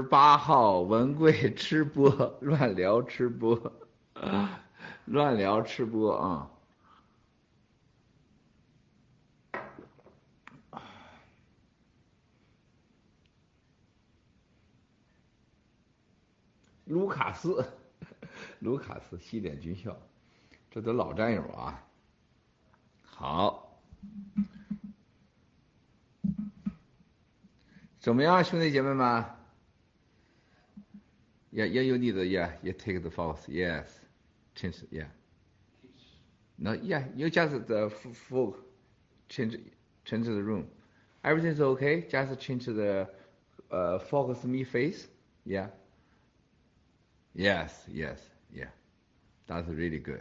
28号文贵吃播乱聊吃播，乱聊吃播啊！卢卡斯，卢卡斯西点军校，这都老战友啊。好，怎么样，兄弟姐妹们？Yeah, you need, yeah, you take the focus, yes, change, yeah. No, yeah, you just the change the room. Everything's okay. Just change the focus me face. Yeah. Yes, yes, yeah. That's really good.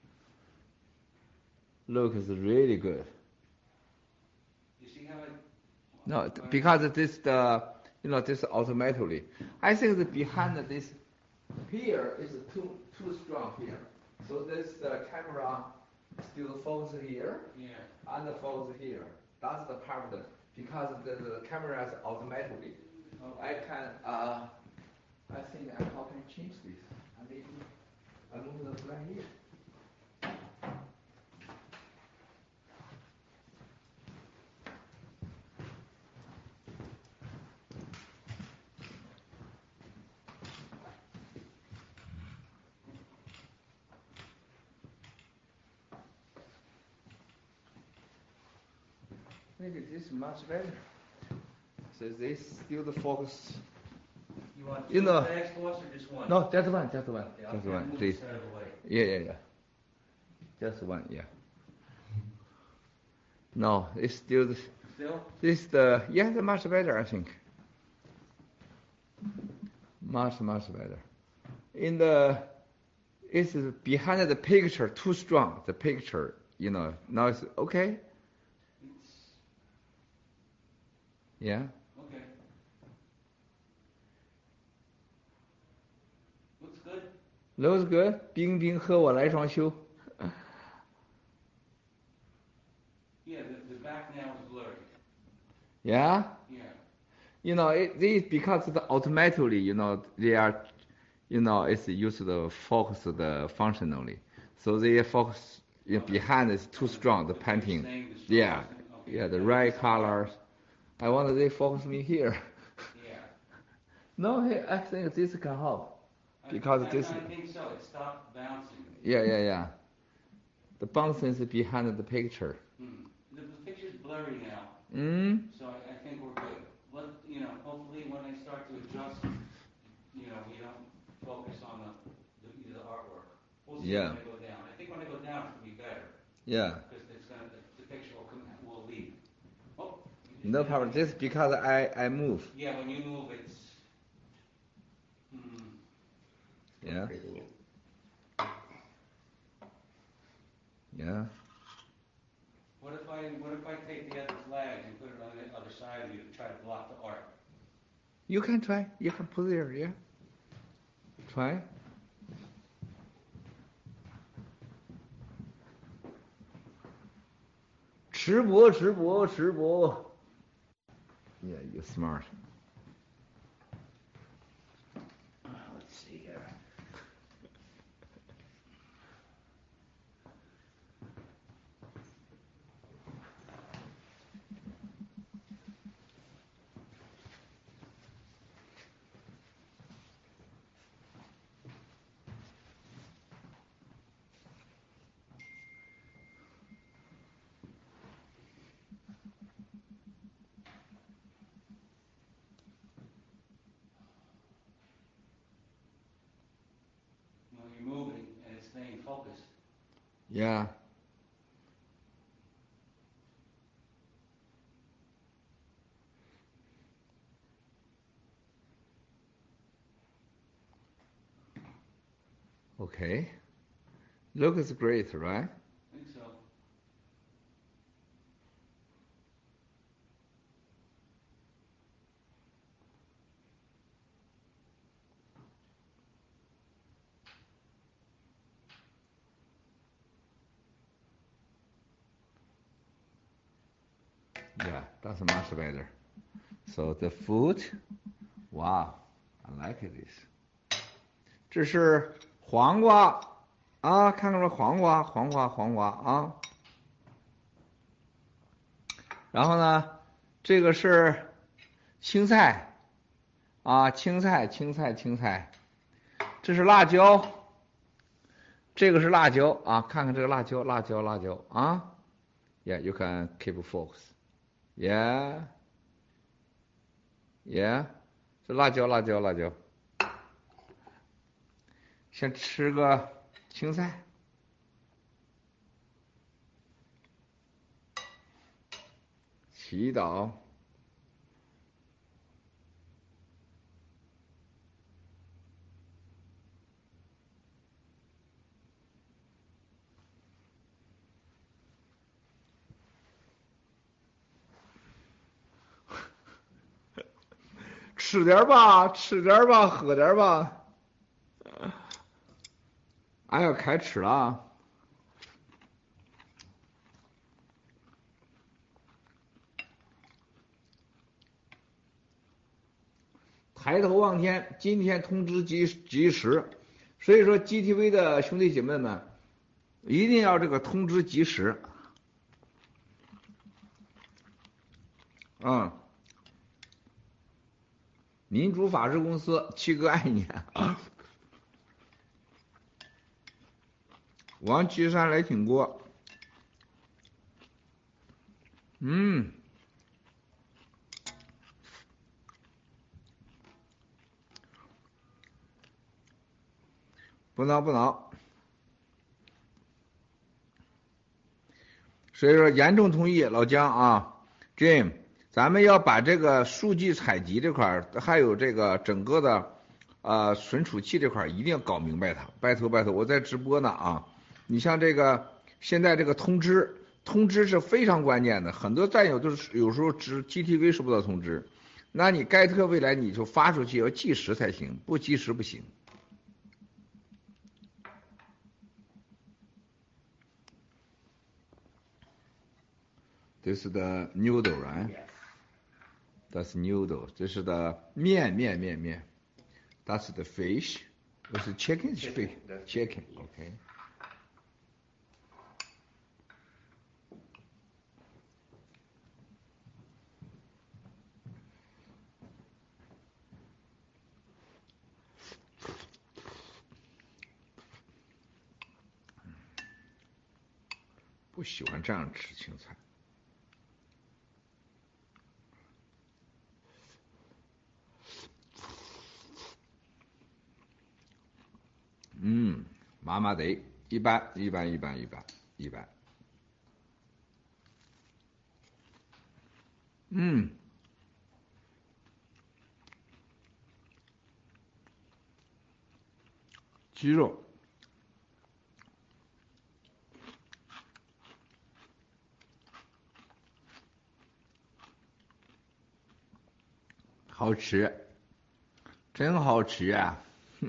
Looks really good. You see how it? No, because this this automatically. I think that behind this here is too strong here. So this camera still focus here. Yeah. And focus here. That's the part that because the camera is automatically. Okay. I can I think how can I change this? I move the flag here. Maybe this is much better. So this still the focus. You want You two know- flags, boss, or just one? No, just one, Okay, I'll just one, move please. this out of the way. Yeah. Just one, yeah. No, it's still Still? this the much better I think. Much better. In the it's behind the picture too strong. The picture, now it's okay. It's Yeah. okay. Looks good. Looks good. 冰冰和我来双休。 Yeah, the back now is blurry. Yeah. Yeah. This because automatically, they are, it's used to focus the functionally. So they focus behind is too strong, the But you're painting. saying the strongest Yeah. thing- okay. Yeah, the right colors. I want they focus me here. Yeah. No, hey, I think this can help. Because I this. think so. It stopped bouncing. Yeah. The bouncing is behind the picture. The picture's blurry now. So I think we're good. Hopefully when I start to adjust, we don't focus on the artwork. We'll see Yeah. when I go down. I think when I go down, it's gonna be better Yeah. because the picture will leave. Oh. No problem. This because I move. Yeah, when you move, it's. Yeah. Yeah. What if I take the other flags and put it on the other side of you to try to block the art? You can try. You can put there. Yeah. Try.直播. Yeah, you're smart. Let's see here. You're moving and it's staying focused. Yeah. Okay. Looks great, right? I think so. Yeah, that's much better. So the food, wow, I like this。这是黄瓜啊，看看这黄瓜啊。然后呢，这个是青菜啊，青菜。这是辣椒，这个是辣椒啊，看看这个辣椒啊。Yeah, you can keep focus. Yeah, yeah， 这辣椒。先吃个青菜。祈祷。吃点吧，喝点吧。俺要开吃了。抬头望天，今天通知及时，所以说 GTV 的兄弟姐妹们，一定要这个通知及时。民主法治公司七哥爱你。王岐山来挺过。不恼。所以说严重同意老姜啊 ，Jim， 咱们要把这个数据采集这块，还有这个整个的存储器这块，一定要搞明白它。拜托，我在直播呢啊！你像这个现在这个通知是非常关键的，很多战友都是有时候GTV 收不到通知，那你盖特未来你就发出去要计时才行，不计时不行。This is the noodle, right? Yes. That's noodle. 这是的面。That's the fish. 这是 chicken. Chicken. OK. 不喜欢这样吃青菜。麻麻得，一般。鸡肉好吃，真好吃啊！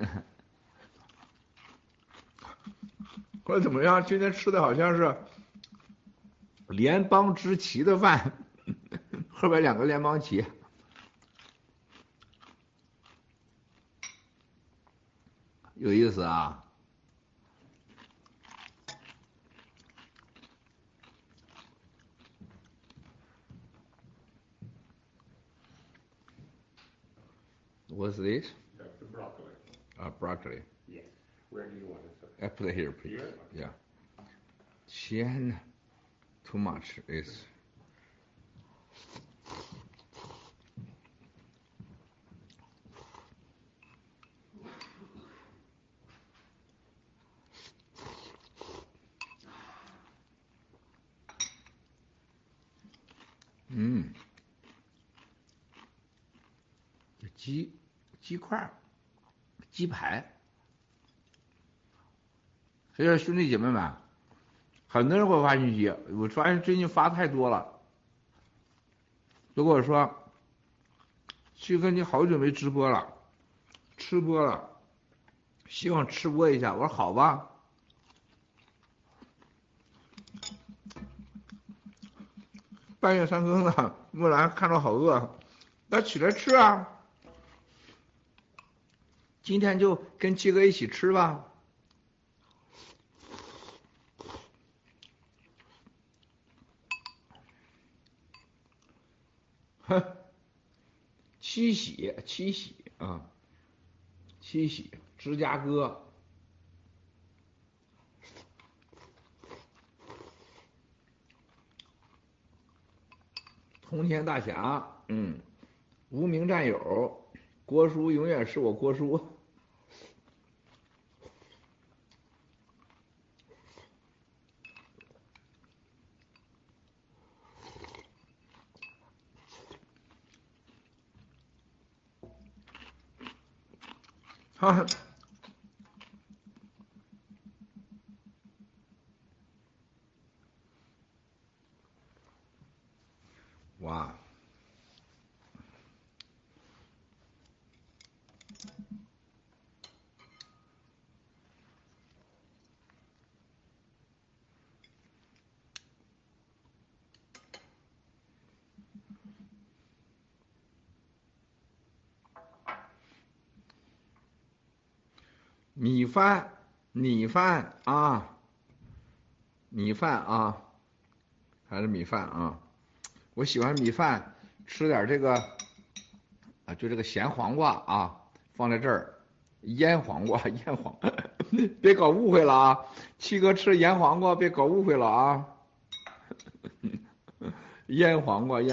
我怎么样？今天吃的好像是联邦之旗的饭，后边2个联邦旗。有意思啊。What's this? That's the broccoli. Broccoli. Yes. Where do you want it, sir? I put it here, please. Here? Yeah. 天呐 ，too much is. 鸡块、鸡排。所以说兄弟姐妹们，很多人给我发信息，我发现最近发太多了。如果说七哥你好久没直播了，吃播了，希望吃播一下。我说好吧。半夜3更了，木兰看着好饿，那起来吃啊。 今天就跟七哥一起吃吧。哼，七喜啊，七喜，芝加哥。通天大侠，无名战友，郭叔永远是我郭叔。哈，哇！米饭啊，米饭啊，还是米饭啊。我喜欢米饭，吃点这个啊，就这个咸黄瓜啊，放在这儿，腌黄瓜，别搞误会了啊！七哥吃腌黄瓜，别搞误会了啊！腌黄瓜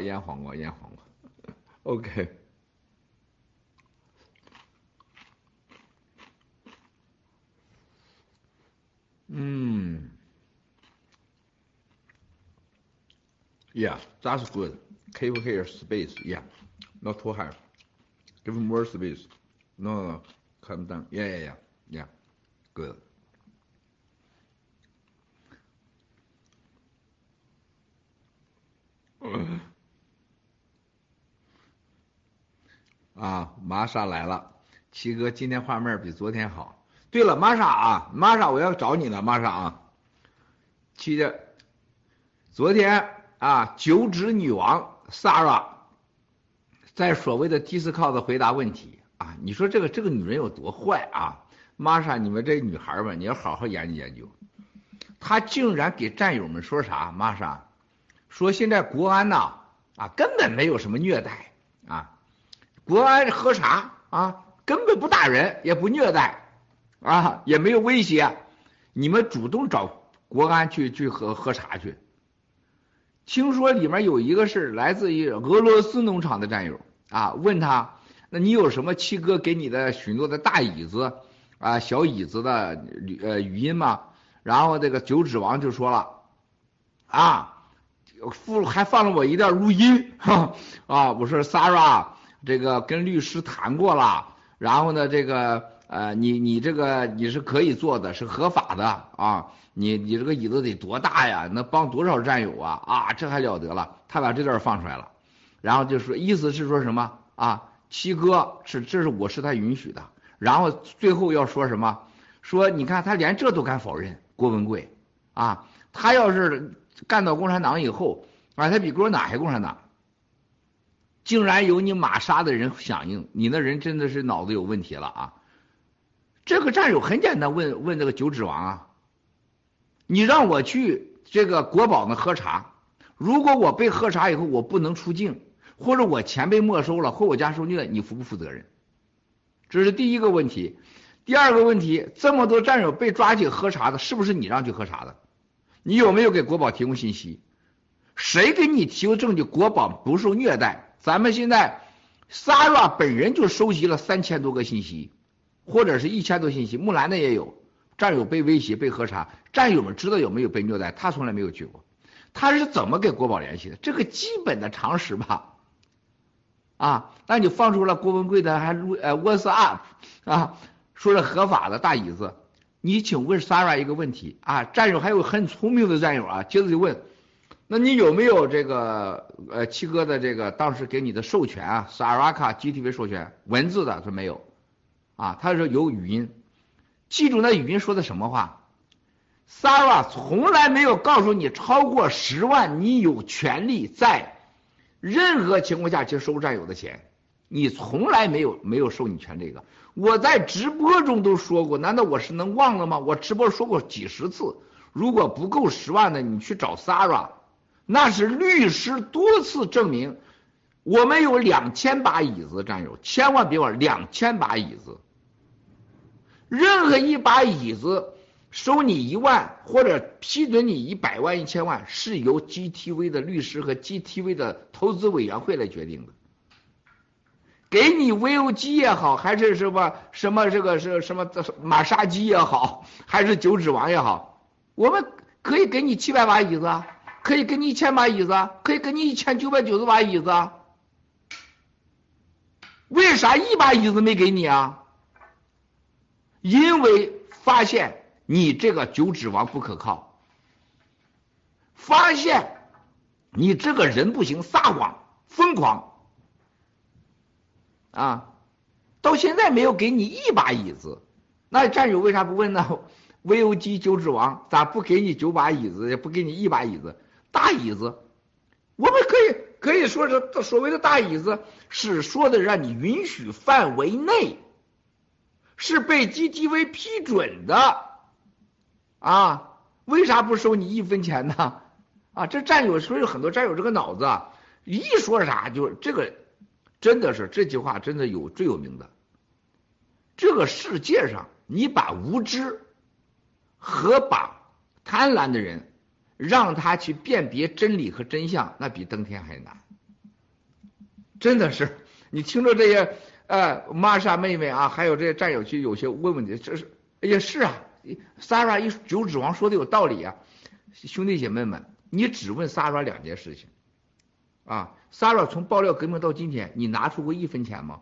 ，OK。Yeah, that's good. Keep here space. Yeah, not too high. Give more space. No, calm down. Yeah. Good. 啊，玛莎来了，七哥今天画面比昨天好。对了，玛莎，我要找你了，玛莎啊。七哥，昨天啊，九指女王 Sarah 在所谓的Discord回答问题啊，你说这个女人有多坏啊？玛莎，你们这女孩们，你要好好研究研究。她竟然给战友们说啥？玛莎说现在国安呐根本没有什么虐待啊。国安喝茶啊，根本不打人，也不虐待啊，也没有威胁。你们主动找国安去喝茶去。听说里面有一个是来自于俄罗斯农场的战友啊，问他，那你有什么七哥给你的许诺的大椅子啊、小椅子的语音吗？然后这个九指王就说了啊，还放了我一段录音啊，我说 Sarah。这个跟律师谈过了，然后呢，这个你这个你是可以做的，是合法的啊，你这个椅子得多大呀？能帮多少战友啊？这还了得了？他把这段放出来了，然后就说意思是说什么啊？七哥我是他允许的，然后最后要说什么？说你看他连这都敢否认，郭文贵啊，他要是干到共产党以后啊，他比共产党还共产党。竟然有你玛莎的人响应，你那人真的是脑子有问题了啊！这个战友很简单，问这个九指王啊，你让我去这个国宝那喝茶，如果我被喝茶以后我不能出境，或者我钱被没收了，或我家受虐，你负不负责任？这是第一个问题。第二个问题，这么多战友被抓起喝茶的，是不是你让去喝茶的？你有没有给国宝提供信息？谁给你提供证据国宝不受虐待？咱们现在 Sarah 本人就收集了3000多个信息，或者是1000多信息，木兰的也有，战友被威胁被喝茶，战友们知道有没有被虐待，他从来没有去过。他是怎么给国宝联系的？这个基本的常识吧。啊，那你放出了郭文贵的还What's up 啊，说是合法的大椅子，你请问 Sarah 一个问题啊，战友还有很聪明的战友啊，接着就问。那你有没有这个七哥的这个当时给你的授权啊 ，Saraka GTV 授权文字的？他没有啊，他说有语音。记住那语音说的什么话 ？Sarah 从来没有告诉你超过10万，你有权利在任何情况下去收战友的钱， 你从来没有授你权这个。我在直播中都说过，难道我是能忘了吗？我直播说过几十次，如果不够10万的，你去找 Sarah， 那是律师多次证明。我们有2000把椅子，战友，千万别忘2000把椅子，任何一把椅子收你1万或者批准你100万1000万，是由 GTV 的律师和 GTV 的投资委员会来决定的。给你 VOG 也好，还是什么这个是什么马杀鸡也好，还是九指王也好，我们可以给你700把椅子啊，可以给你1000把椅子啊，可以给你1990把椅子啊。为啥1把椅子没给你啊？因为发现你这个九指王不可靠，发现你这个人不行，撒谎疯狂啊，到现在没有给你1把椅子。那战友为啥不问呢？ VOG 九指王咋不给你9把椅子，也不给你1把椅子？大椅子我们可以说是所谓的大椅子，是说的让你允许范围内，是被 GTV 批准的啊，为啥不收你1分钱呢？啊，这战友，所以很多战友这个脑子啊，一说啥就这个，真的是这句话真的最有名的。这个世界上，你把无知和把贪婪的人让他去辨别真理和真相，那比登天还难。真的是，你听着这些玛莎妹妹啊，还有这些战友去有些问题，这是也是啊，Sarah 九指王说的有道理啊，兄弟姐妹们，你只问 Sarah 2件事情啊 ，Sarah 从爆料革命到今天，你拿出过1分钱吗？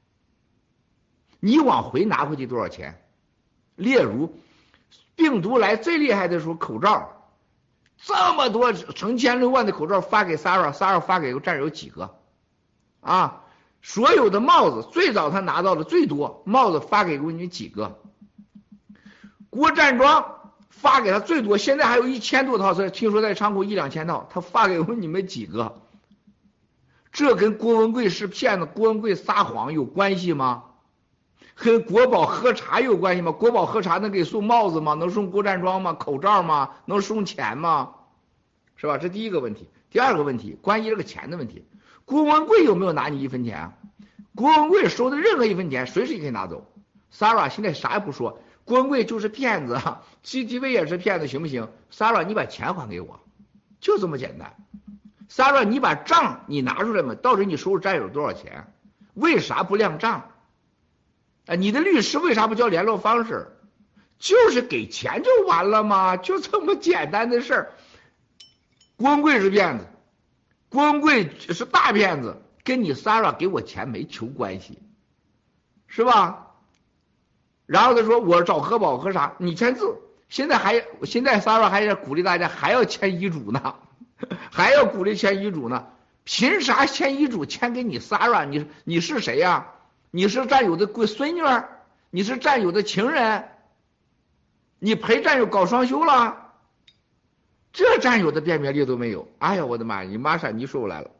你往回拿回去多少钱？例如病毒来最厉害的时候，口罩这么多成千上万的口罩发给 Sarah 发给战友几个啊？所有的帽子最早他拿到的最多，帽子发给过你们几个？国战装发给他最多，现在还有1000多套，听说在仓库1、2千套，他发给过你们几个？这跟郭文贵是骗子，郭文贵撒谎有关系吗？跟国宝喝茶有关系吗？国宝喝茶能给送帽子吗？能送国战装吗？口罩吗？能送钱吗？是吧？这第一个问题。第二个问题，关于这个钱的问题，郭文贵有没有拿你1分钱啊？郭文贵收的任何1分钱，随时可以拿走。Sarah 现在啥也不说，郭文贵就是骗子 ，GTV 也是骗子，行不行 ？Sarah 你把钱还给我，就这么简单。Sarah 你把账你拿出来嘛？到底你收入战友多少钱？为啥不亮账？你的律师为啥不交联络方式？就是给钱就完了吗？就这么简单的事儿。郭文贵是骗子，郭文贵是大骗子，跟你 Sarah 给我钱没球关系，是吧？然后他说我找核保和啥，你签字。现在 Sarah 还要鼓励大家还要签遗嘱呢，还要鼓励签遗嘱呢。凭啥签遗嘱签给你 Sarah？ 你是谁呀？你是战友的孙女，你是战友的情人，你陪战友搞双休了，这战友的辨别力都没有。哎呀，我的妈！你玛莎，你说我来了。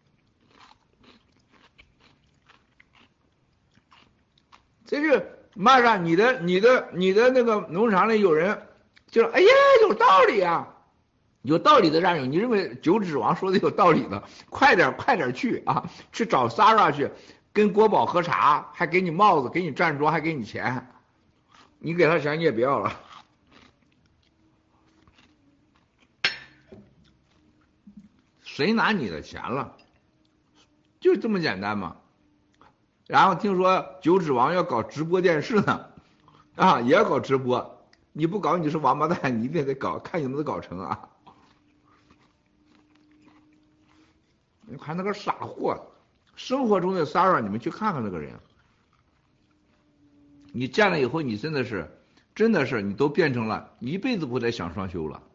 这是玛莎，你的那个农场里有人就是哎呀，有道理啊，有道理的战友，你认为九指王说的有道理的，快点去啊，去找 Sarah 去。跟国宝喝茶，还给你帽子，给你站桩，还给你钱，你给他钱你也别要了。谁拿你的钱了？就这么简单嘛。然后听说九指王要搞直播电视呢，啊，也要搞直播，你不搞你是王八蛋，你一定得搞，看你能不能搞成啊。你看那个傻货。生活中的 Sarah， 你们去看看那个人，你见了以后，你真的是，你都变成了，你一辈子不再想双休了。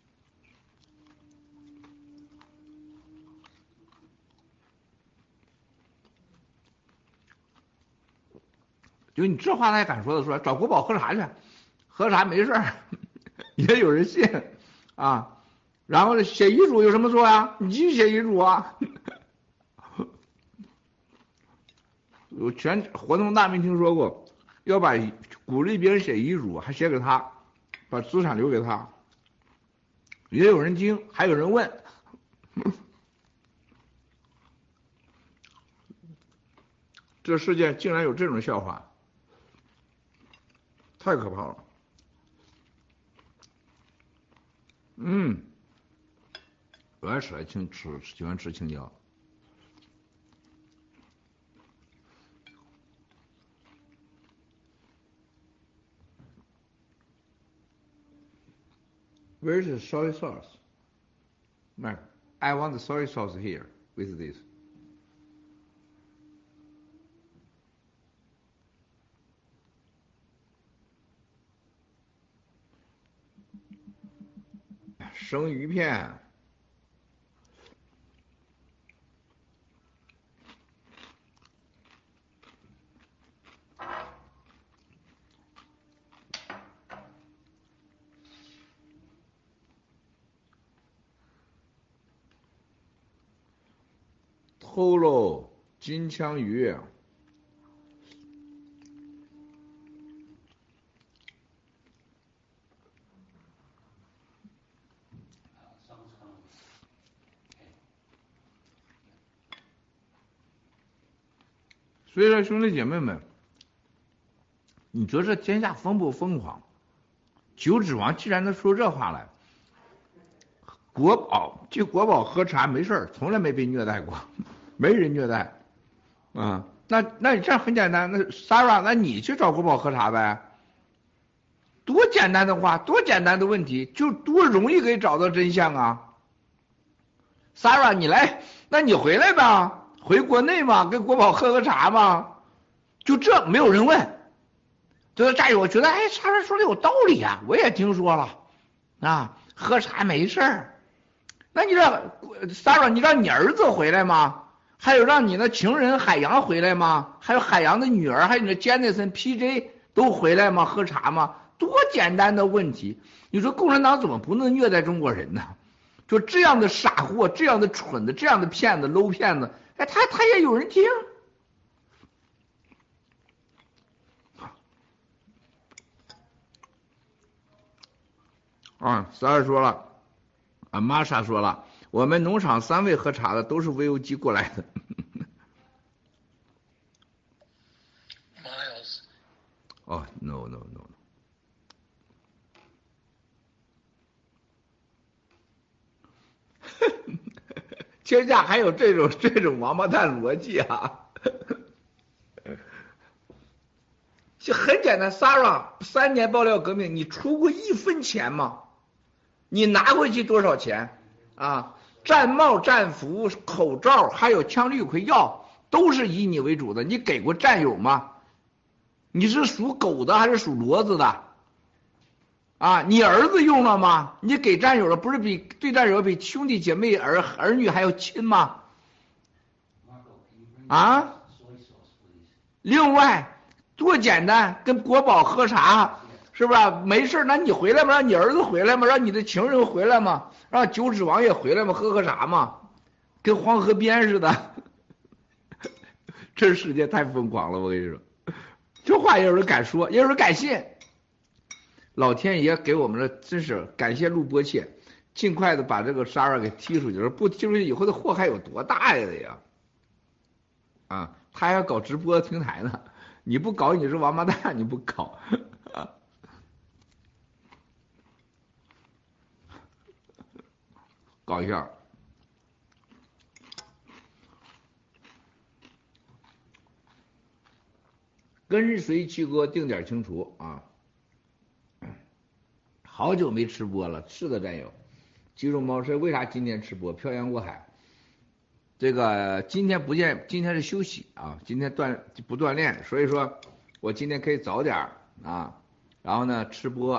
就你这话他还敢说得出来？找国宝喝茶去，喝茶没事儿，也有人信啊。然后呢，写遗嘱有什么错呀？你继续写遗嘱啊。 全活动大没听说过，要把鼓励别人写遗嘱，还写给他，把资产留给他。也有人听，还有人问，这世界竟然有这种笑话，太可怕了。我爱吃喜欢吃青椒。Where's the soy sauce? Mark, I want the soy sauce here with this. 生鱼片。偷喽，金枪鱼。所以说，兄弟姐妹们，你说这天下疯不疯狂？九指王既然能说这话来，去国宝喝茶没事，从来没被虐待过，没人虐待啊。那你这样很简单，那 Sarah， 那你去找国宝喝茶呗，多简单的话，多简单的问题，就多容易可以找到真相啊。Sarah， 你来，那你回来吧，回国内嘛，跟国宝喝茶嘛，就这没有人问。就是战友，我觉得哎，Sarah说的有道理啊，我也听说了啊，喝茶没事儿。那你让 Sarah， 你让你儿子回来吗？还有让你的情人海洋回来吗？还有海洋的女儿，还有你的 Jennison、PJ 都回来吗？喝茶吗？多简单的问题！你说共产党怎么不能虐待中国人呢？就这样的傻货，这样的蠢的，这样的骗子，low 骗子，哎，他也有人听。Sarah 说了，Masha 说了，我们农场3位喝茶的都是 VOG 过来的。 Miles。 哦 ，no。天下还有这种王八蛋逻辑啊！就很简单 ，Sarah 3年爆料革命，你出过1分钱吗？你拿回去多少钱啊？战帽、战服、口罩，还有羟氯喹药，都是以你为主的。你给过战友吗？你是属狗的还是属骡子的？啊，你儿子用了吗？你给战友了，不是对战友比兄弟姐妹儿女还要亲吗？啊？另外，多简单，跟国宝喝茶，是不是？没事，那你回来吗？让你儿子回来吗？让你的情人回来吗？让九指王也回来吗？喝茶吗？跟黄河边似的。这世界太疯狂了，我跟你说，这话也有人敢说，也有人敢信。老天爷给我们的真是感谢陆波切，尽快的把这个Sarah给踢出去，说不踢出去以后的祸害有多大呀？啊，他还要搞直播平台呢，你不搞你是王八蛋，你不搞，搞笑。跟随七哥定点清除啊！好久没吃播了，是的，战友。肌肉猫是为啥今天吃播？漂洋过海。这个今天今天是休息啊，今天不锻炼，所以说我今天可以早点啊，然后呢吃播。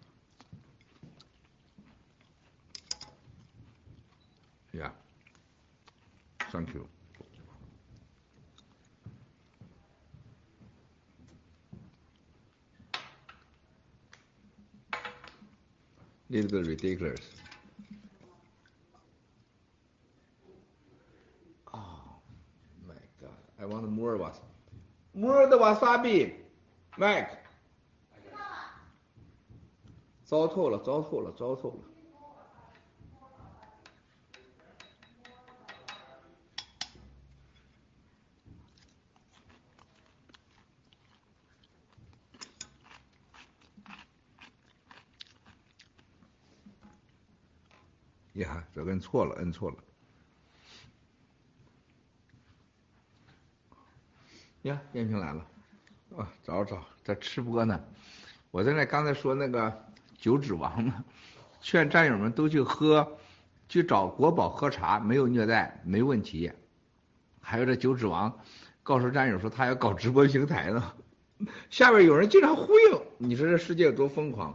呀 ，Thank you。Little bit ridiculous. Oh my god! I want more of us. 瓦萨比，Mac，糟透了，糟透了，糟透了。呀，这摁错了，摁错了。呀，燕平来了，啊，找找，在吃播呢。我在那刚才说那个九指王呢，劝战友们都去喝，去找国宝喝茶，没有虐待，没问题。还有这九指王告诉战友说他要搞直播平台呢，下面有人经常呼应，你说这世界有多疯狂？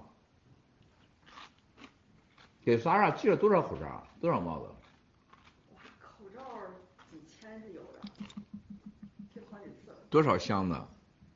给Sara寄了多少口罩，多少帽子？ 口罩几千是有的，寄了好几次了。 多少箱呢？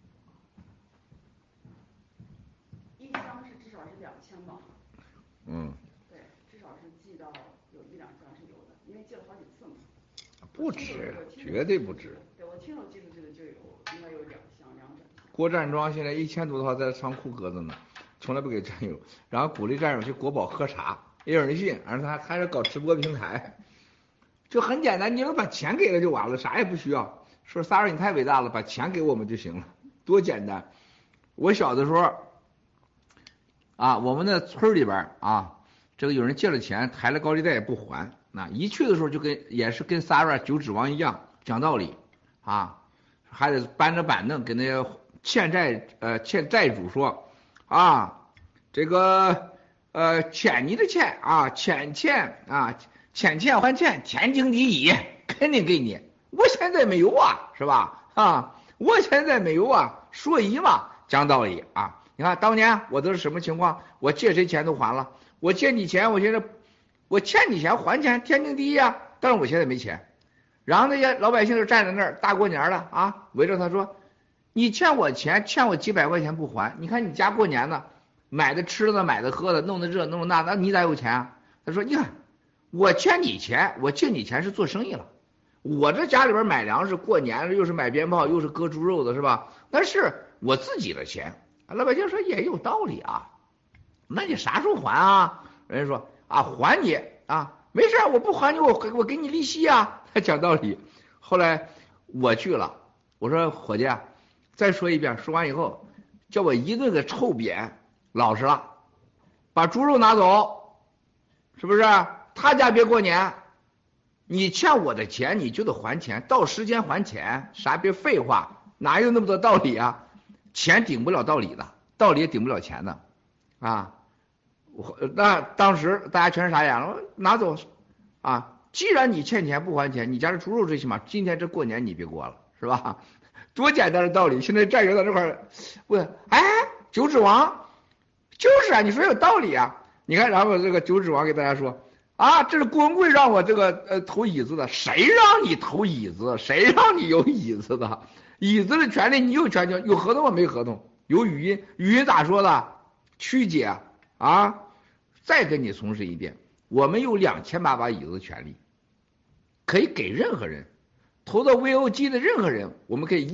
一箱是至少是2000吧。 嗯。 对，至少是寄到有1-2箱是有的，因为寄了好几次嘛。 不止，绝对不止。 对，我亲手寄出去的就有，应该有2箱2整箱。 郭站庄现在1000多套在仓库搁着呢，从来不给战友，然后鼓励战友去国宝喝茶，也有人信，而他还是搞直播平台，就很简单，你要把钱给了就完了，啥也不需要。说Sara你太伟大了，把钱给我们就行了，多简单。我小的时候，啊，我们的村里边啊，这个有人借了钱，抬了高利贷也不还，那一去的时候就也是跟Sara九指王一样讲道理啊，还得搬着板凳跟那些欠债主说啊，这个欠你的钱啊，欠还欠，天经地义，肯定给你。我现在没有啊，是吧？啊，我现在没有啊，所以嘛，讲道理啊。你看当年我都是什么情况？我借谁钱都还了，我借你钱，我现在我欠你钱还钱，天经地义啊。但是我现在没钱。然后那些老百姓就站在那儿，大过年的啊，围着他说：“你欠我钱，欠我几百块钱不还？你看你家过年呢，买的吃的，买的喝的，弄的这弄的那，那你咋有钱啊？”他说：“你看，我欠你钱，我借你钱是做生意了。我这家里边买粮食，过年又是买鞭炮，又是割猪肉的，是吧？那是我自己的钱。”老百姓说也有道理啊，那你啥时候还啊？人家说啊，还你啊，没事，我不还你，我给你利息啊。他讲道理。后来我去了，我说伙计啊，再说一遍，说完以后叫我一顿给臭扁，老实了，把猪肉拿走，是不是？他家别过年，你欠我的钱你就得还钱，到时间还钱，啥别废话，哪有那么多道理啊？钱顶不了道理的，道理也顶不了钱的，啊！那当时大家全是傻眼了，拿走啊！既然你欠钱不还钱，你家的猪肉最起码今天这过年你别过了，是吧？多简单的道理！现在战友在这块问，哎，九指王，就是啊，你说有道理啊！你看，然后这个九指王给大家说啊，这是郭文贵让我这个投椅子的，谁让你投椅子？谁让你有椅子的？椅子的权利你有权利，有合同吗？没合同，有语音，语音咋说的？曲解啊！再跟你重申一遍，我们有2800把椅子的权利，可以给任何人，投到 VOG 的任何人，我们可以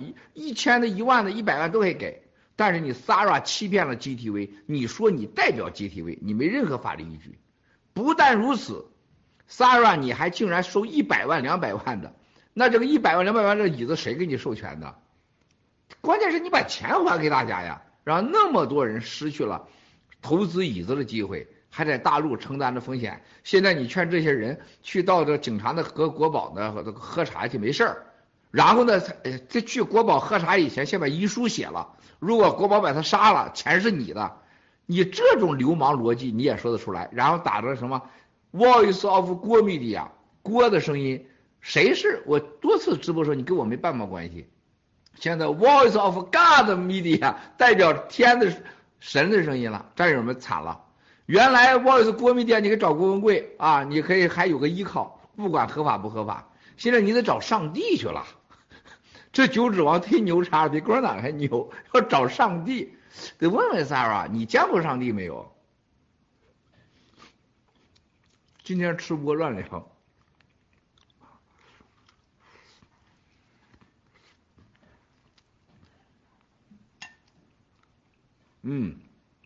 1000的、1万的、100万都可以给。但是你 Sara 欺骗了 GTV， 你说你代表 GTV， 你没任何法律依据。不但如此 ，Sara 你还竟然收100万、200万的。那这个100万、200万这椅子谁给你授权的？关键是你把钱还给大家呀，让那么多人失去了投资椅子的机会，还在大陆承担着风险。现在你劝这些人去到这警察的和国宝的喝茶去没事儿，然后呢，这去国宝喝茶以前先把遗书写了，如果国宝把他杀了，钱是你的。你这种流氓逻辑你也说得出来？然后打着什么 Voice of 郭 Media 郭的声音。谁是我多次直播说你跟我没半毛关系，现在 Voice of God Media 代表天的神的声音了，战友们惨了。原来 Voice 郭 Media 你可以找郭文贵啊，你可以还有个依靠，不管合法不合法。现在你得找上帝去了，这九指王忒牛叉了，比共产党还牛，要找上帝。得问问 Sara， 你见过上帝没有？今天吃播乱聊。 嗯，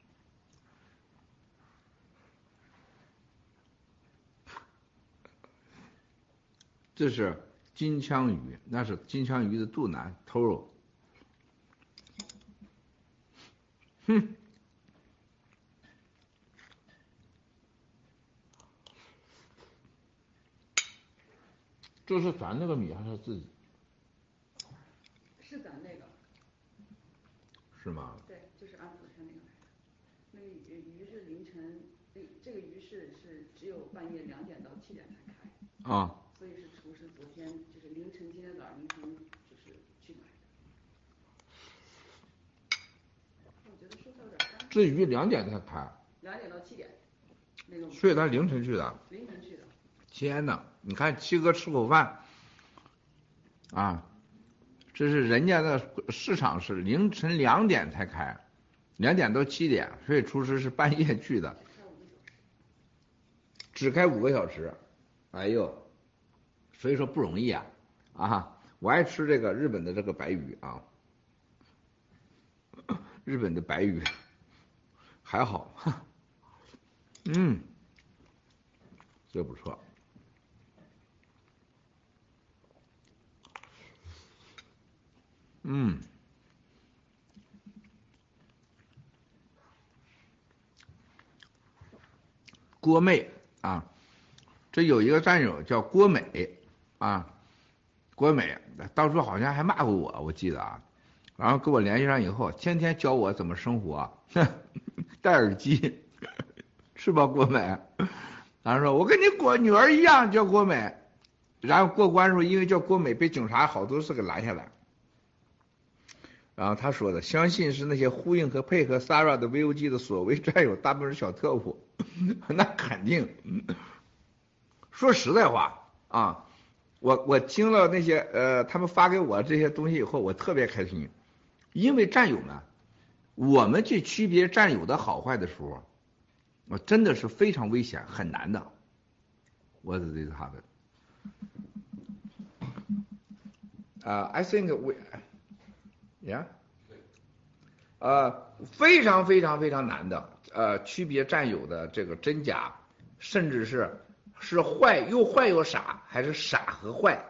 这是金枪鱼，那是金枪鱼的肚腩 toro。哼，这是咱那个米还是自己？ 是咱那个。 是吗？ 对，就是安福山那个买的。那个鱼是凌晨，这个鱼市是只有半夜2点到7点才开。 啊。 所以是厨师昨天就是凌晨，今天早上凌晨就是去买的。我觉得蔬菜有点干。 这鱼2点才开。 2点到7点。那个。 所以他凌晨去的。 凌晨去的。 天哪！你看七哥吃口饭，啊，这是人家的市场是凌晨2点才开，2点到7点，所以厨师是半夜去的，只开5个小时，哎呦，所以说不容易啊，啊，我爱吃这个日本的这个白鱼啊，日本的白鱼还好，嗯，这不错。嗯，郭妹啊，这有一个战友叫郭美啊，郭美当初好像还骂过我记得啊，然后跟我联系上以后，天天教我怎么生活，戴耳机，是吧，郭美？然后说我跟你女儿一样叫郭美，然后过关的时候因为叫郭美被警察好多次给拦下来。然后他说的，相信是那些呼应和配合 Sarah 的 VOG 的所谓战友，大部分是小特务，那肯定。说实在话啊，我听了那些他们发给我这些东西以后，我特别开心，因为战友们，我们去区别战友的好坏的时候，我真的是非常危险，很难的。What is happen? I think we.Yeah， 非常非常非常难的，区别战友的这个真假，甚至是坏又傻，还是傻和坏，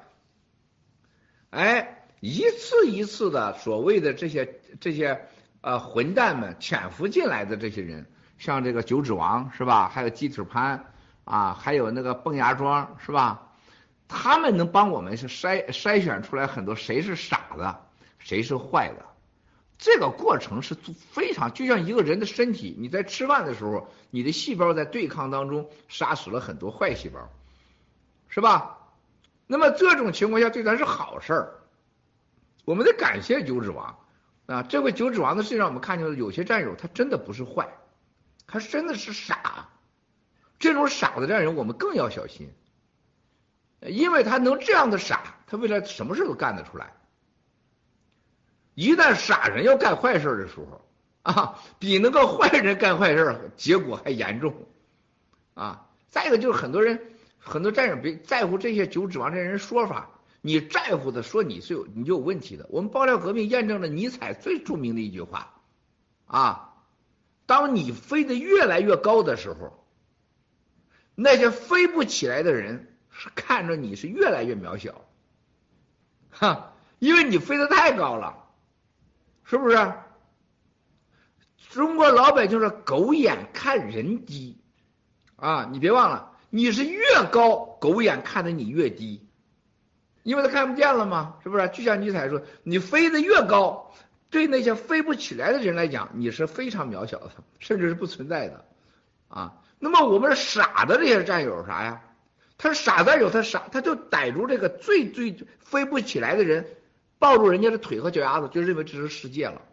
哎，一次一次的所谓的这些混蛋们潜伏进来的这些人，像这个九指王是吧？还有鸡腿潘啊，还有那个蹦牙庄是吧？他们能帮我们是筛选出来很多谁是傻的。谁是坏的？这个过程是非常，就像一个人的身体，你在吃饭的时候，你的细胞在对抗当中杀死了很多坏细胞，是吧？那么这种情况下对咱是好事儿，我们得感谢九指王啊！这回九指王的事情让我们看见了，有些战友他真的不是坏，他真的是傻，这种傻的战友我们更要小心，因为他能这样的傻，他未来什么事都干得出来。一旦傻人要干坏事的时候啊，比那个坏人干坏事结果还严重啊！再一个就是很多战友别在乎这些九指王这人说法，你在乎的说你就有问题的。我们爆料革命验证了尼采最著名的一句话啊，当你飞得越来越高的时候，那些飞不起来的人是看着你是越来越渺小，哈，因为你飞得太高了。是不是？中国老百姓是狗眼看人低啊！你别忘了，你是越高，狗眼看得你越低，因为他看不见了嘛，是不是？就像尼采说，你飞得越高，对那些飞不起来的人来讲，你是非常渺小的，甚至是不存在的啊。那么我们傻的这些战友啥呀？他傻战友，他傻，他就逮住这个最飞不起来的人。抱住人家的腿和脚丫子，就认为这是世界了，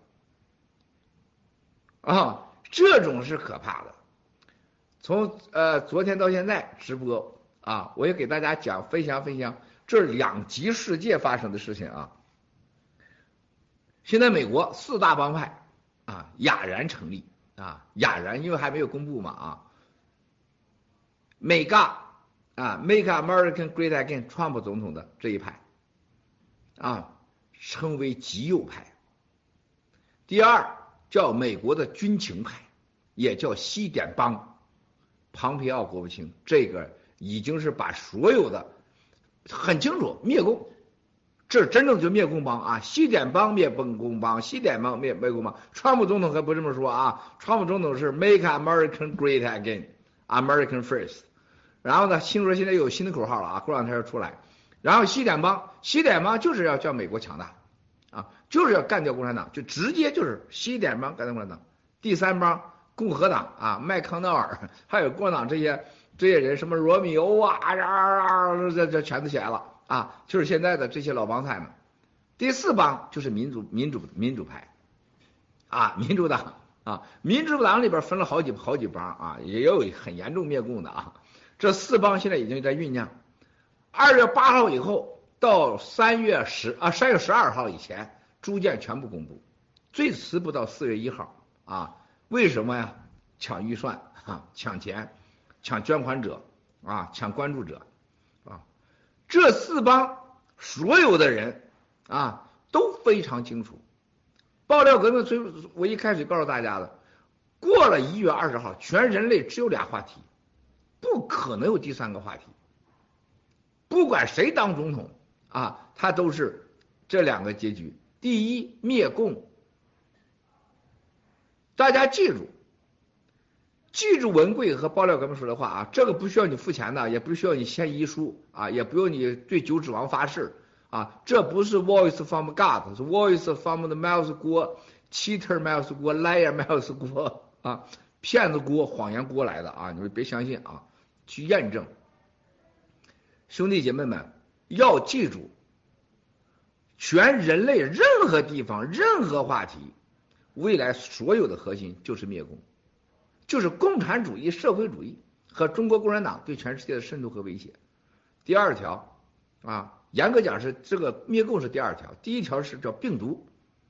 啊，这种是可怕的。从昨天到现在直播啊，我也给大家分享这2极世界发生的事情啊。现在美国4大帮派啊哑然成立啊，哑然因为还没有公布嘛啊。Make America Great Again， 川普总统的这一派啊。称为极右派。第二叫美国的军情派，也叫西点帮。庞培奥国务卿这个已经是把所有的很清楚灭共，这真正就灭共帮啊，西点帮灭共帮，西点帮灭共帮。川普总统可不这么说啊，川普总统是 Make America Great Again，American First。然后呢，听说现在有新的口号了啊，过两天要出来。然后西点帮就是要叫美国强大啊，就是要干掉共产党，就直接就是西点帮干掉共产党。第三帮共和党啊，麦康奈尔，还有共产党这些人，什么罗密欧啊，这全都起来了啊，就是现在的这些老帮菜们。第四帮就是民主派啊，民主党啊，民主党里边分了好几帮啊，也有很严重灭共的啊。这四帮现在已经在酝酿，2月8号以后到3月12号以前，逐渐全部公布，最迟不到4月1号啊。为什么呀？抢预算啊，抢钱，抢捐款者啊，抢关注者啊。这四帮所有的人啊都非常清楚。爆料革命我一开始告诉大家的，过了1月20号，全人类只有俩话题，不可能有第三个话题。不管谁当总统啊，他都是这两个结局：第一，灭共。大家记住文贵和爆料革命说的话啊，这个不需要你付钱的，也不需要你签遗书啊，也不用你对九指王发誓啊，这不是 voice from God， 是 voice from the mouse 锅 cheater mouse 锅 liar mouse 锅啊，骗子锅谎言锅来的啊，你们别相信啊，去验证。兄弟姐妹们要记住，全人类任何地方任何话题，未来所有的核心就是灭共，就是共产主义社会主义和中国共产党对全世界的渗透和威胁。第二条啊，严格讲是这个灭共是第二条，第一条是叫病毒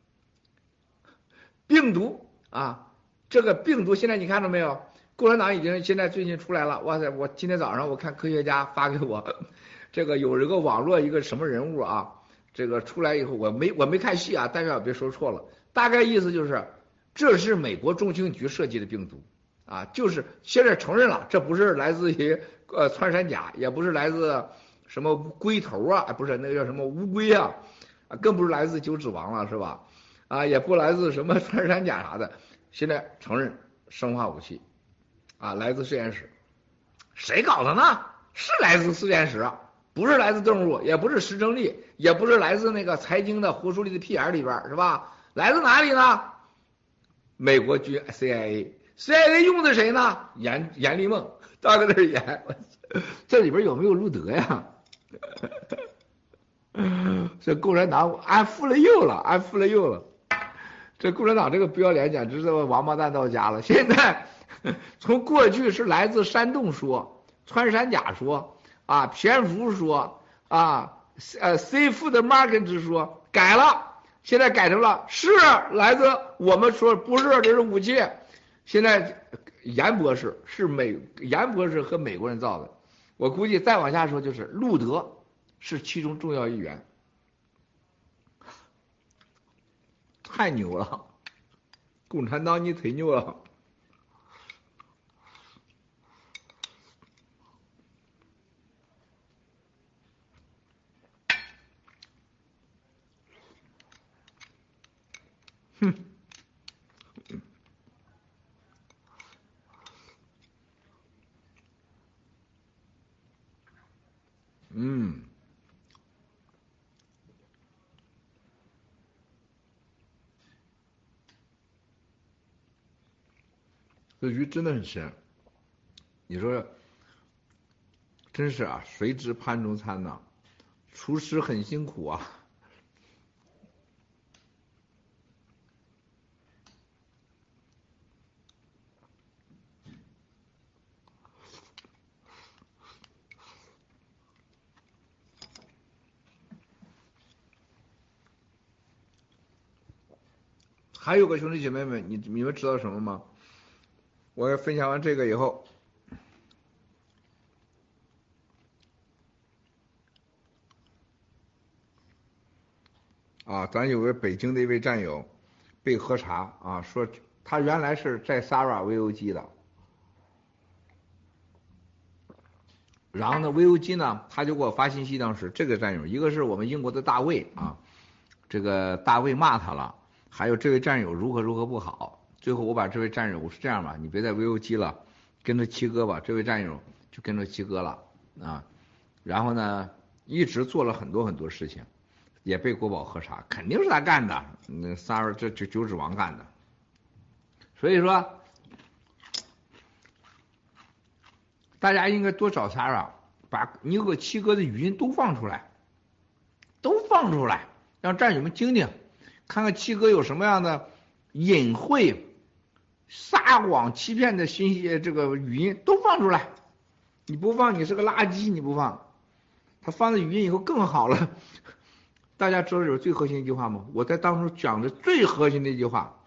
啊，这个病毒现在你看到没有？共产党已经现在最近出来了，哇塞！我今天早上我看科学家发给我，这个有一个网络一个什么人物啊，这个出来以后我没看细啊，大家别说错了，大概意思就是这是美国中情局设计的病毒啊，就是现在承认了，这不是来自于穿山甲，也不是来自什么龟头啊，不是那个叫什么乌龟啊，更不是来自九指王了，是吧？啊，也不来自什么穿山甲啥的，现在承认生化武器啊，来自实验室。谁搞的呢？是来自实验室，不是来自动物，也不是实证力，也不是来自那个财经的胡舒立的屁眼里边，是吧？来自哪里呢？美国军 CIA 用的谁呢？阎立梦，到搁这演，这里边有没有路德呀？这共产党安富了又了，这共产党这个不要脸简直是王八蛋到家了。现在从过去是来自山洞说、穿山甲说啊、蝙蝠说啊、seafood market 之说，改了，现在改成了是来自我们说不是，这是武器。现在严博士和美国人造的，我估计再往下说就是路德是其中重要一员。太牛了，共产党你忒牛了。哼，这鱼真的很咸，你说真是啊，谁知盘中餐呢？厨师很辛苦啊。还有个兄弟姐妹们，你们知道什么吗？我分享完这个以后，啊，咱有个北京的一位战友， 被核查啊，说他原来是在 Sara VOG 的，然后呢 VOG 呢他就给我发信息，当时这个战友，一个是我们英国的大卫啊，这个大卫骂他了，还有这位战友如何如何不好，最后我把这位战友，我是这样吧，你别在 VOG 了，跟着七哥吧，这位战友就跟着七哥了啊，然后呢一直做了很多很多事情，也被国宝核查，肯定是他干的，那Sara这九指王干的，所以说大家应该多找Sara，把你和七哥的语音都放出来，让战友们听听，看看七哥有什么样的隐晦、撒谎、欺骗的信息，这个语音都放出来。你不放，你是个垃圾，你不放。他放了语音以后更好了。大家知道有最核心的一句话吗？我在当中讲的最核心的一句话，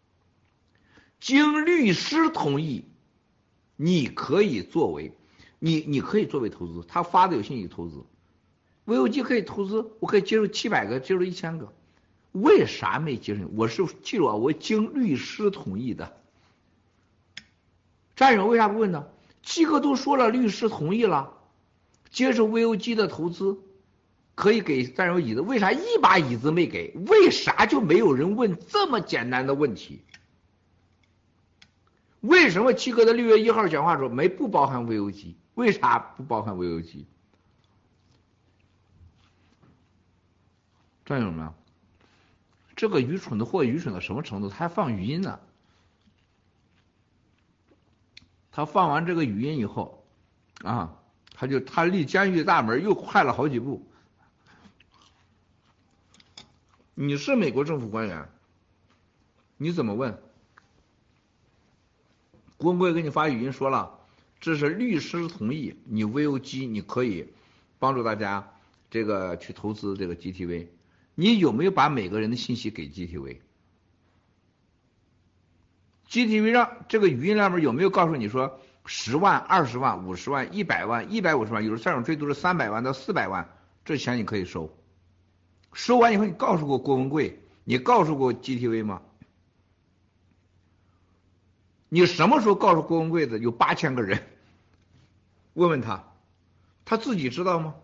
经律师同意，你可以作为投资，他发的有信息投资，VOG 可以投资，我可以接受700个，接受1000个，为啥没接受？我是记住啊，我经律师同意的。战友为啥不问呢？七哥都说了，律师同意了，接受 VOG 的投资，可以给战友椅子，为啥一把椅子没给？为啥就没有人问这么简单的问题？为什么七哥的6月1号讲话说不包含 VOG？ 为啥不包含 VOG？ 战友们，这个愚蠢的货愚蠢到什么程度？他还放语音呢。他放完这个语音以后，啊，他离监狱大门又快了好几步。你是美国政府官员，你怎么问？郭文贵给你发语音说了，这是律师同意，你 VOG 你可以帮助大家这个去投资这个 GTV， 你有没有把每个人的信息给 GTV？GTV 让这个语音里面有没有告诉你说10万、20万、50万、100万、150万，有的战友最多是300万到400万，这钱你可以收。收完以后，你告诉过郭文贵，你告诉过 GTV 吗？你什么时候告诉郭文贵的？有8000个人，问问他，他自己知道吗？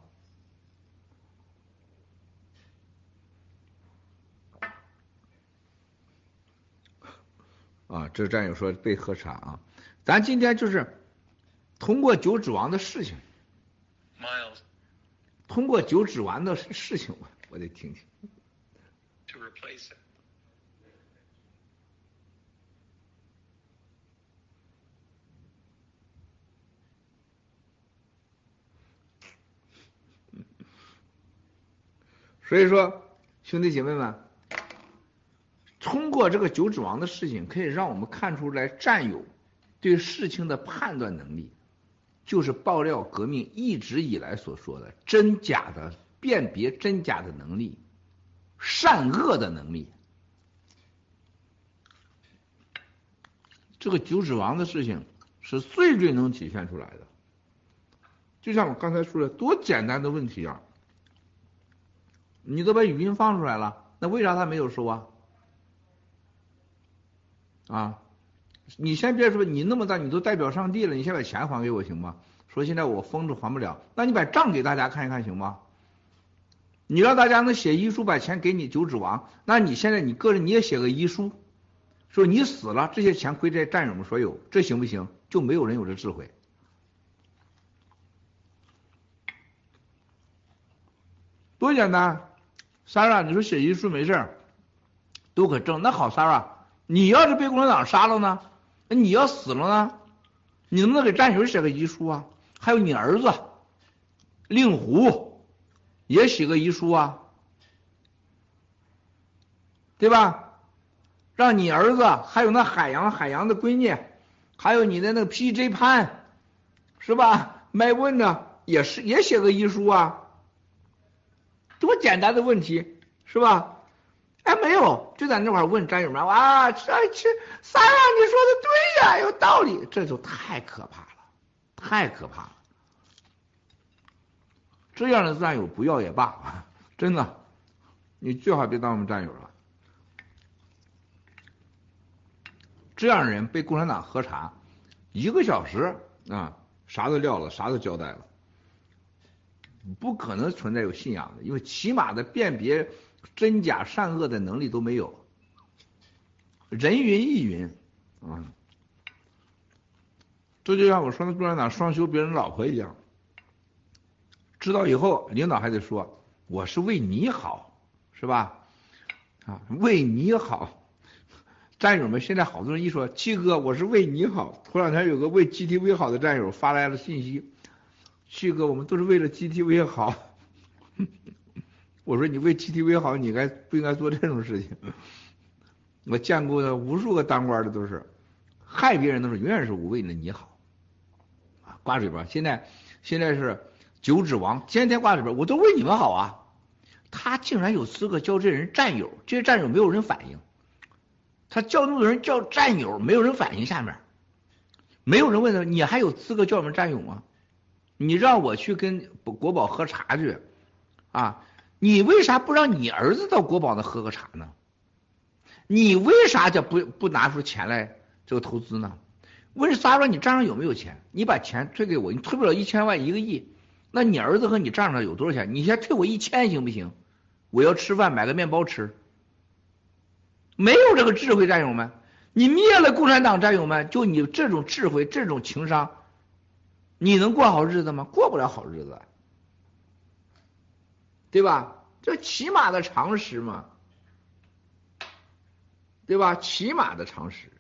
啊，这战友说被核查啊，咱今天就是通过九指王的事情，通过九指王的事情，我得听听。所以说，兄弟姐妹们，通过这个九指王的事情，可以让我们看出来战友对事情的判断能力，就是爆料革命一直以来所说的真假的辨别真假的能力，善恶的能力。这个九指王的事情是最能体现出来的。就像我刚才说的，多简单的问题啊！你都把语音放出来了，那为啥他没有收啊？啊，你先别说，你那么大，你都代表上帝了，你先把钱还给我行吗？说现在我封住还不了，那你把账给大家看一看行吗？你让大家能写遗书把钱给你九指王，那你现在你个人你也写个遗书，说你死了，这些钱归这战友们所有，这行不行？就没有人有这智慧。多简单，Sara，你说写遗书没事都可证，那好，Sara，你要是被共产党杀了呢？那你要死了呢？你能不能给战友写个遗书啊？还有你儿子令狐也写个遗书啊，对吧？让你儿子还有那海洋的闺女，还有你的那个 PJ 潘，是吧？麦问呢也写个遗书啊。多简单的问题，是吧？哎，没有，就在那块问战友们，哇，Sara，你说的对呀，有道理，这就太可怕了，太可怕了。这样的战友不要也罢，真的，你最好别当我们战友了。 这样的人被共产党核查1个小时啊，啥都撂了，啥都交代了，不可能存在有信仰的，因为起码的辨别真假善恶的能力都没有，人云亦云啊。这就像我说的共产党双休别人老婆一样，知道以后领导还得说我是为你好，是吧？啊，为你好。战友们现在好多人一说七哥我是为你好，头两天有个为 GTV 好的战友发来了信息，七哥我们都是为了 GTV 好。我说你为 GTV 好，你不应该做这种事情。我见过的无数个当官的都是害别人的时候永远是我为了你好啊，挂嘴巴。现在是九指王，天天挂嘴巴，我都为你们好啊。他竟然有资格叫这人战友，这些战友没有人反应。他叫那么多人叫战友，没有人反应，下面没有人问他，你还有资格叫我们战友吗？你让我去跟国宝喝茶去啊，你为啥不让你儿子到国宝那喝个茶呢？你为啥就不拿出钱来这个投资呢？为啥说你账上有没有钱？你把钱退给我，你退不了1000万1个亿，那你儿子和你账上有多少钱？你先退我1000行不行？我要吃饭买个面包吃。没有这个智慧，战友们，你灭了共产党，战友们，就你这种智慧这种情商，你能过好日子吗？过不了好日子，对吧？这起码的常识嘛，对吧？起码的常识。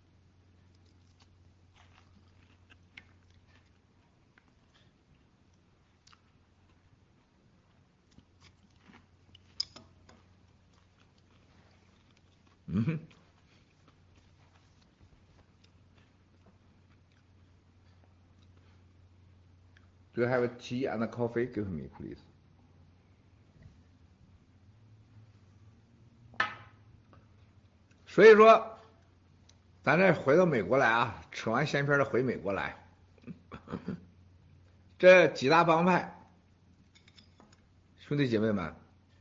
嗯哼。Do you have a tea and a coffee? Give me, please. 所以说，咱这回到美国来啊，扯完闲篇的回美国来。这几大帮派，兄弟姐妹们，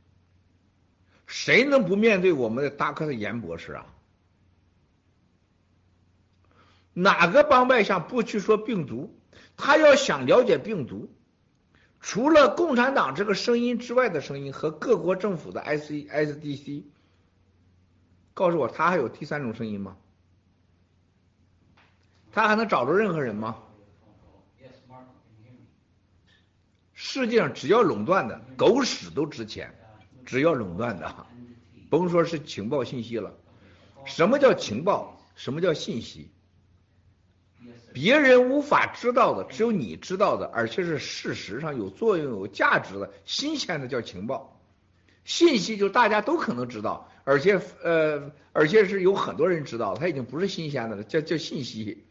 谁能不面对我们的大科的严博士啊？哪个帮派想不去说病毒？他要想了解病毒，除了共产党这个声音之外的声音和各国政府的 SDC， 告诉我他还有第3种声音吗？他还能找着任何人吗？世界上只要垄断的，狗屎都值钱，只要垄断的，甭说是情报信息了。什么叫情报？什么叫信息？别人无法知道的，只有你知道的，而且是事实上有作用、有价值的、新鲜的叫情报。信息就大家都可能知道，而且是有很多人知道，它已经不是新鲜的了，叫信息。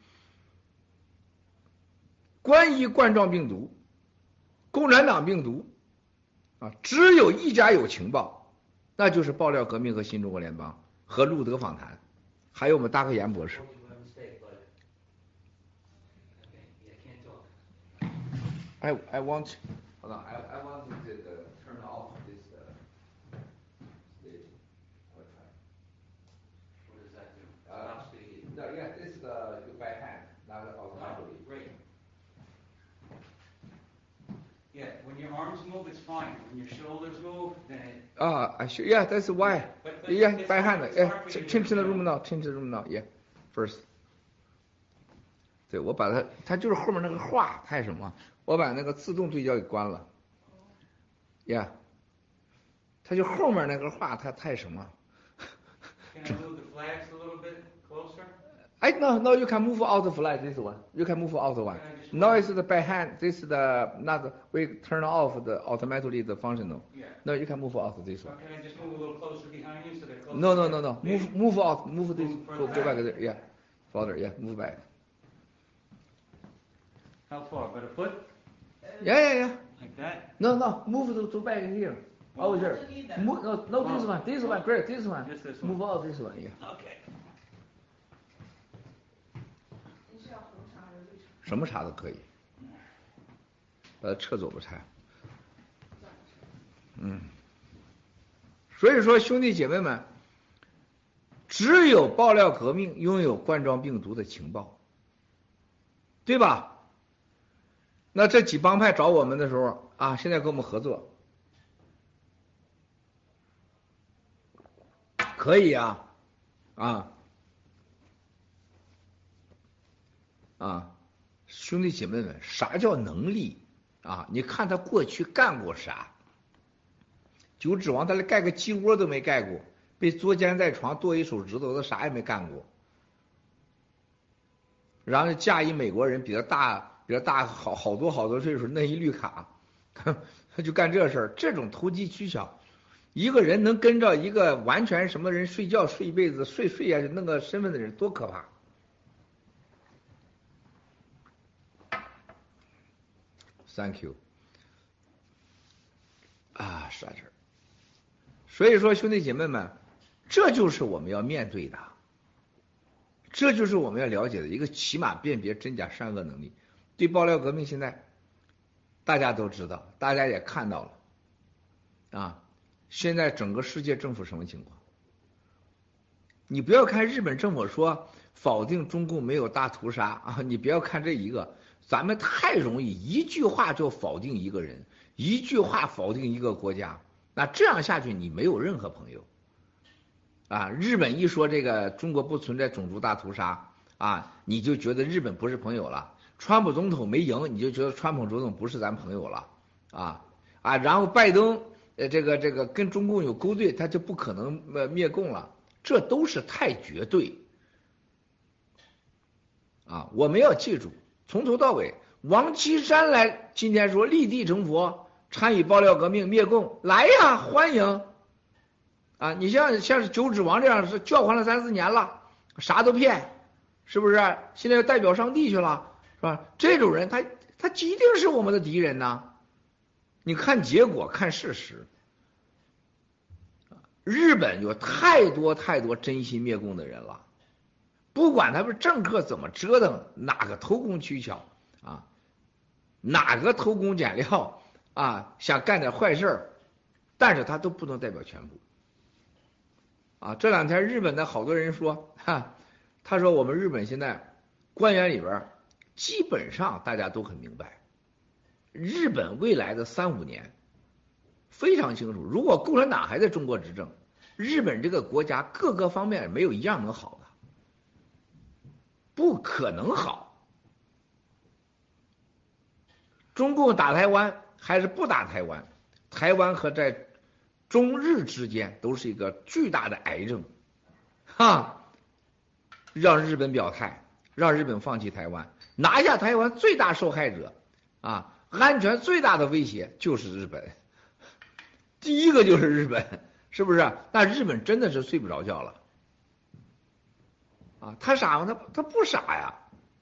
关于冠状病毒、共产党病毒啊，只有一家有情报，那就是爆料革命和新中国联邦和路德访谈，还有我们大科研博士。I want, hold on, I want to turn off this stage. I'll try. What does that do? Stop speaking. No, yeah, this is by hand, not automatically. Great. Yeah, when your arms move, it's fine. When your shoulders move, then it. Yeah, that's why. But Yeah, it's by hand. hard- it's Yeah, hard for you to change the do room that. now. Change the room now. Yeah, first. 对，我把它就是后面那个画太什么，我把那个自动对焦给关了。Yeah， 它就后面那个画它太什么。 Can I move the flags a little bit closer? No, you can move out the flag. This one, you can move out the one. No, it's the by hand. This is the not the, we turn off the automatically the functional. Yeah. No, you can move out this one. Or can I just move a little closer behind you so they're closer? No. Move out. Move this. Move Go further back back. there. Yeah, further. Yeah, move back. How far? About a foot? Yeah. Like that? No. Move to back here. Over here. Move, no, this one. This one. Great. This one. Just this one. Move out this one. Yeah. Okay. 你是要红茶还是绿茶？ 什么茶都可以，把它撤走吧，茶。所以说兄弟姐妹们， 只有爆料革命拥有冠状病毒的情报，对吧？那这几帮派找我们的时候啊，现在跟我们合作，可以啊，兄弟姐妹们，啥叫能力啊？你看他过去干过啥？九指王他连盖个鸡窝都没盖过，被捉奸在床剁一手指头，他啥也没干过。然后嫁一美国人，比他大好多岁数，那一绿卡，他就干这事儿。这种投机取巧，一个人能跟着一个完全什么人睡觉睡一辈子，睡下去弄个身份的人，多可怕！Thank you。是这儿。所以说，兄弟姐妹们，这就是我们要面对的，这就是我们要了解的一个起码辨别真假善恶能力。对爆料革命，现在大家都知道，大家也看到了现在整个世界政府什么情况？你不要看日本政府说否定中共没有大屠杀你不要看这一个，咱们太容易一句话就否定一个人，一句话否定一个国家，那这样下去你没有任何朋友日本一说这个中国不存在种族大屠杀你就觉得日本不是朋友了。川普总统没赢，你就觉得川普总统不是咱朋友了然后拜登这个跟中共有勾兑，他就不可能灭共了，这都是太绝对我们要记住，从头到尾，王岐山来今天说立地成佛，参与爆料革命灭共，来呀，欢迎你像是九指王这样是叫唤了3、4年了，啥都骗，是不是？现在要代表上帝去了，是吧？这种人他一定是我们的敌人呐。你看结果，看事实。日本有太多真心灭共的人了，不管他们政客怎么折腾，哪个偷工取巧哪个偷工减料想干点坏事但是他都不能代表全部这两天日本的好多人说他说我们日本现在官员里边基本上大家都很明白，日本未来的3、5年非常清楚，如果共产党还在中国执政，日本这个国家各个方面没有一样能好的，不可能好。中共打台湾还是不打台湾，台湾和在中日之间都是一个巨大的癌症让日本表态，让日本放弃台湾，拿下台湾最大受害者安全最大的威胁就是日本，第一个就是日本，是不是？那日本真的是睡不着觉了他傻吗？他不傻呀。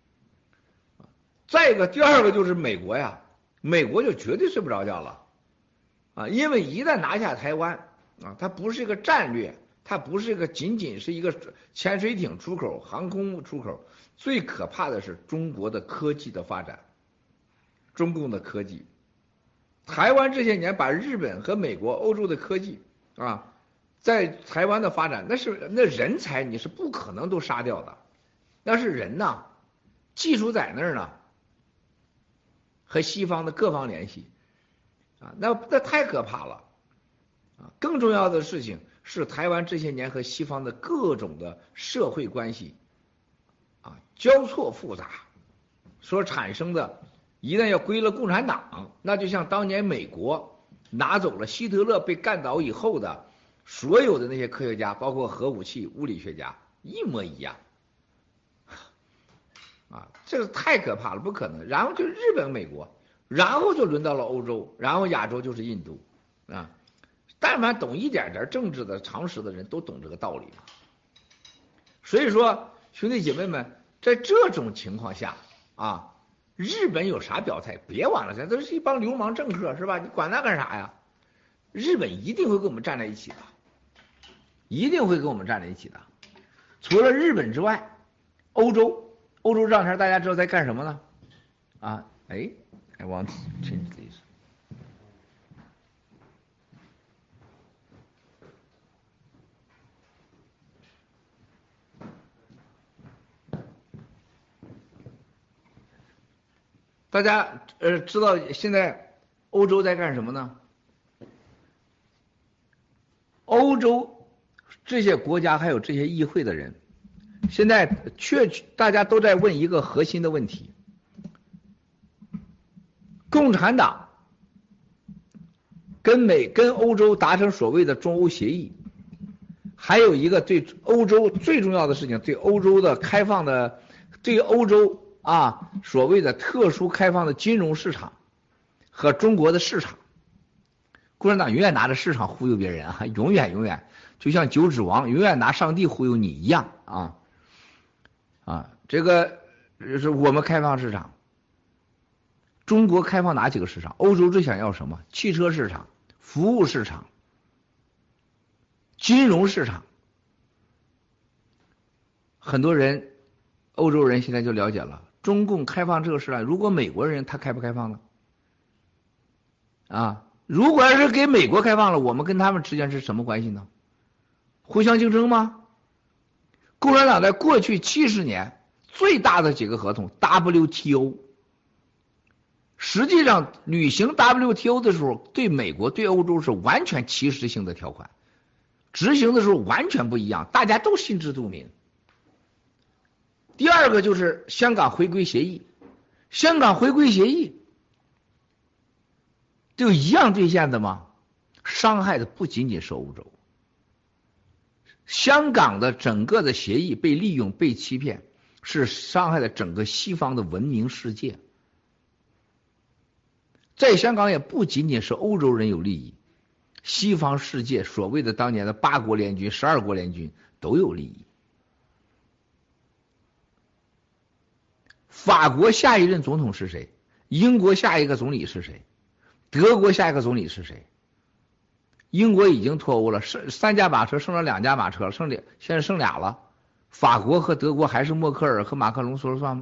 再一个，第二个就是美国呀，美国就绝对睡不着觉了因为一旦拿下台湾它不是一个战略，它不是一个仅仅是一个潜水艇出口、航空出口，最可怕的是中国的科技的发展，中共的科技。台湾这些年把日本和美国、欧洲的科技在台湾的发展，那人才你是不可能都杀掉的，那是人呐，技术在那儿呢，和西方的各方联系那太可怕了更重要的事情是台湾这些年和西方的各种的社会关系交错复杂所产生的，一旦要归了共产党，那就像当年美国拿走了希特勒被干倒以后的所有的那些科学家，包括核武器物理学家，一模一样这个太可怕了，不可能。然后就日本、美国，然后就轮到了欧洲，然后亚洲就是印度但凡懂一点政治的常识的人都懂这个道理所以说兄弟姐妹们，在这种情况下日本有啥表态别往了，这都是一帮流氓政客是吧？你管他干啥呀？日本一定会跟我们站在一起的，一定会跟我们站在一起的。除了日本之外，欧洲这两天大家知道在干什么呢I want to change this。 大家知道现在欧洲在干什么呢？欧洲这些国家还有这些议会的人，现在大家都在问一个核心的问题：共产党跟欧洲达成所谓的中欧协议，还有一个对欧洲最重要的事情，对欧洲的开放的，对欧洲所谓的特殊开放的金融市场和中国的市场。共产党永远拿着市场忽悠别人啊，永远就像九指王永远拿上帝忽悠你一样这个是我们开放市场。中国开放哪几个市场？欧洲最想要什么？汽车市场、服务市场、金融市场。很多人欧洲人现在就了解了，中共开放这个市场，如果美国人他开不开放呢？如果要是给美国开放了，我们跟他们之间是什么关系呢？互相竞争吗？共产党在过去70年最大的几个合同 WTO， 实际上履行 WTO 的时候，对美国对欧洲是完全歧视性的条款，执行的时候完全不一样，大家都心知肚明。第二个就是香港回归协议，香港回归协议就一样兑现的吗？伤害的不仅仅是欧洲，香港的整个的协议被利用被欺骗，是伤害了整个西方的文明世界。在香港也不仅仅是欧洲人有利益，西方世界所谓的当年的8国联军、12国联军都有利益。法国下一任总统是谁？英国下一个总理是谁？德国下一个总理是谁？英国已经脱欧了，3驾马车剩了2驾马车，现在剩俩了。法国和德国还是默克尔和马克龙说了算吗？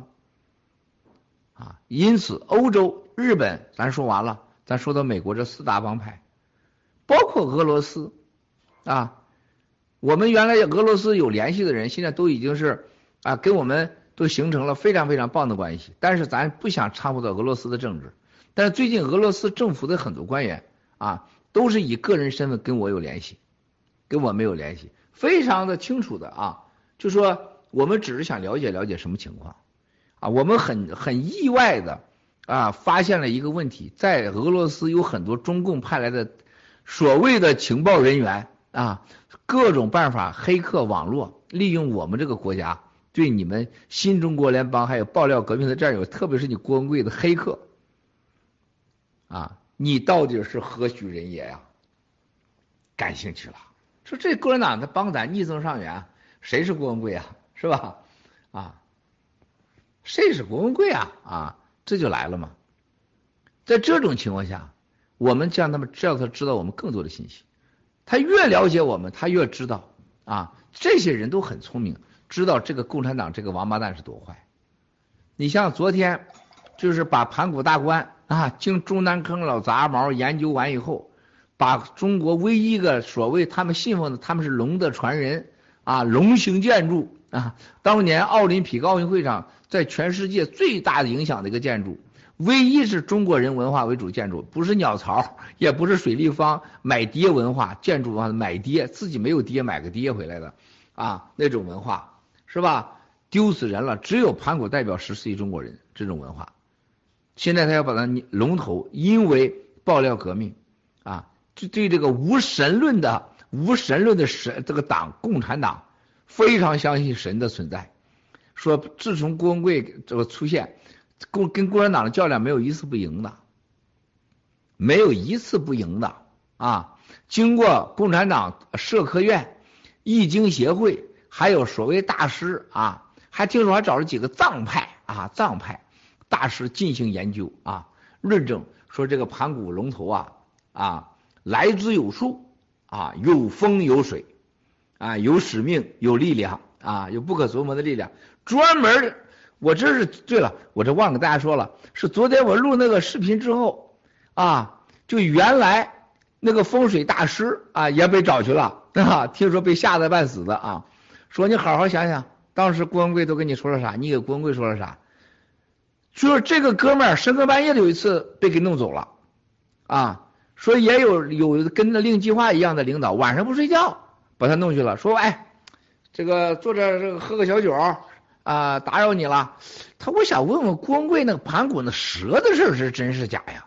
因此欧洲、日本咱说完了，咱说到美国这4大帮派，包括俄罗斯我们原来俄罗斯有联系的人，现在都已经是跟我们都形成了非常非常棒的关系，但是咱不想掺和到俄罗斯的政治。但是最近俄罗斯政府的很多官员都是以个人身份跟我有联系，跟我没有联系，非常的清楚的就说我们只是想了解什么情况我们很意外的发现了一个问题，在俄罗斯有很多中共派来的所谓的情报人员各种办法黑客网络，利用我们这个国家对你们新中国联邦还有爆料革命的战友，特别是你郭文贵的黑客你到底是何许人也呀？感兴趣了，说这共产党的帮咱逆增上缘，谁是郭文贵是吧？谁是郭文贵这就来了嘛。在这种情况下，我们让他知道我们更多的信息，他越了解我们，他越知道这些人都很聪明，知道这个共产党这个王八蛋是多坏。你像昨天就是把盘古大观经中南坑老杂毛研究完以后，把中国唯一一个所谓他们信奉的他们是龙的传人龙形建筑当年奥林匹克奥运会上在全世界最大的影响的一个建筑，唯一是中国人文化为主建筑，不是鸟巢，也不是水立方买爹文化建筑文化，买爹自己没有爹买个爹回来的那种文化是吧？丢死人了，只有盘古代表14亿中国人这种文化。现在他要把它龙头，因为爆料革命就对这个无神论的神这个党共产党非常相信神的存在，说自从郭文贵这个出现，跟共产党的较量没有一次不赢的，没有一次不赢的经过共产党社科院、易经协会还有所谓大师还听说还找了几个藏派大师进行研究论证说这个盘古龙头来之有数有风有水有使命有力量有不可琢磨的力量，专门我这是对了，我这忘给大家说了，是昨天我录那个视频之后就原来那个风水大师也被找去了听说被吓得半死的说你好好想想，当时郭文贵都跟你说了啥，你给郭文贵说了啥？ 说这个哥们儿深更半夜的有一次被给弄走了啊，说也有跟那令计划一样的领导晚上不睡觉把他弄去了，说哎这个坐着这个喝个小酒啊，打扰你了。我想问问郭文贵那个盘古那蛇的事是真是假呀？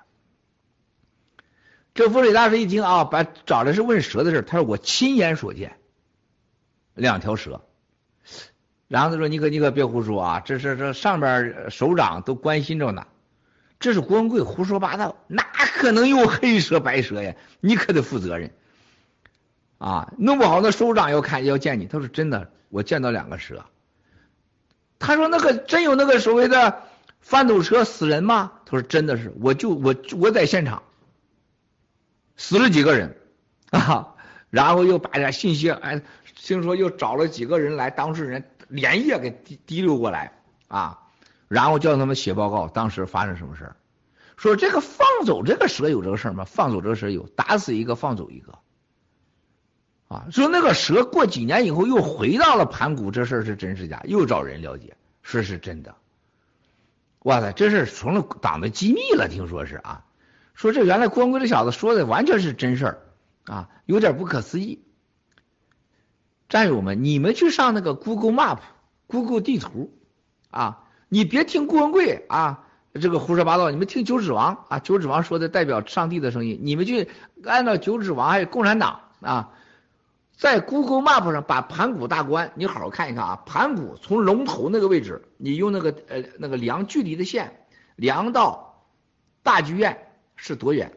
这风水大师一听啊，找的是问蛇的事，他说我亲眼所见2条蛇。然后他说你可别胡说啊，这上边首长都关心着呢，这是郭文贵胡说八道，哪可能有黑蛇白蛇呀？你可得负责任啊，弄不好那首长要见你。他说真的，我见到2个蛇。他说那个真有那个所谓的翻斗车死人吗？他说真的是，我在现场死了几个人啊，然后又把这信息听说又找了几个人来，当事人连夜给提溜过来啊，然后叫他们写报告，当时发生什么事儿？说这个放走这个蛇有这个事儿吗？放走这个蛇有，打死一个放走一个啊。说那个蛇过几年以后又回到了盘古，这事儿是真是假？又找人了解，说是真的。哇塞，这是成了党的机密了，听说是啊。说这原来郭文贵这小子说的完全是真事儿啊，有点不可思议。战友们，你们去上那个 Google Map、Google 地图啊，你别听郭文贵啊这个胡说八道，你们听九指王啊，九指王说的代表上帝的声音，你们去按照九指王还有共产党啊，在 Google Map 上把盘古大观你好好看一看啊，盘古从龙头那个位置，你用那个量距离的线量到大剧院是多远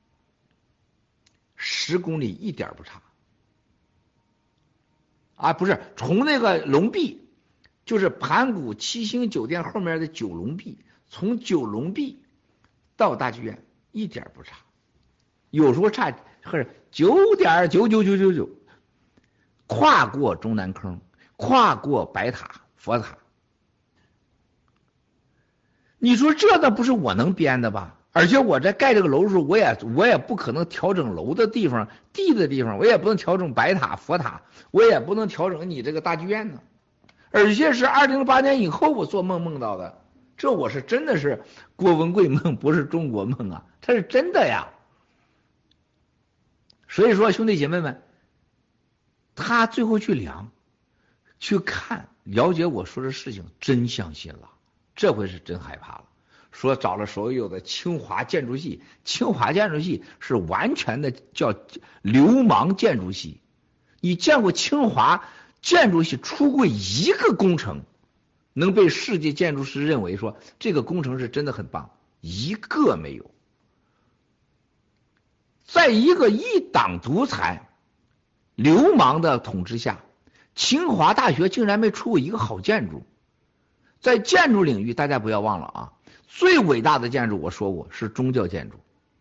？10公里一点不差。啊，不是，从那个龙壁，就是盘古7星酒店后面的九龙壁，从九龙壁到大剧院一点不差，有时候差或者9.99999，跨过中南坑，跨过白塔、佛塔。你说这倒不是我能编的吧？而且我在盖这个楼的时候，我也不可能调整楼的地方、地的地方，我也不能调整白塔、佛塔，我也不能调整你这个大剧院呢。而且是2008年以后我做梦到的，这我是真的是郭文贵梦，不是中国梦啊，它是真的呀。所以说兄弟姐妹们，他最后去量、去看、了解我说的事情，真相信了，这回是真害怕了。说找了所有的清华建筑系，清华建筑系是完全的叫流氓建筑系。你见过清华建筑系出过一个工程能被世界建筑师认为说这个工程是真的很棒？一个没有。在一个一党独裁流氓的统治下，清华大学竟然没出过一个好建筑。在建筑领域大家不要忘了啊，最伟大的建筑我说过是宗教建筑，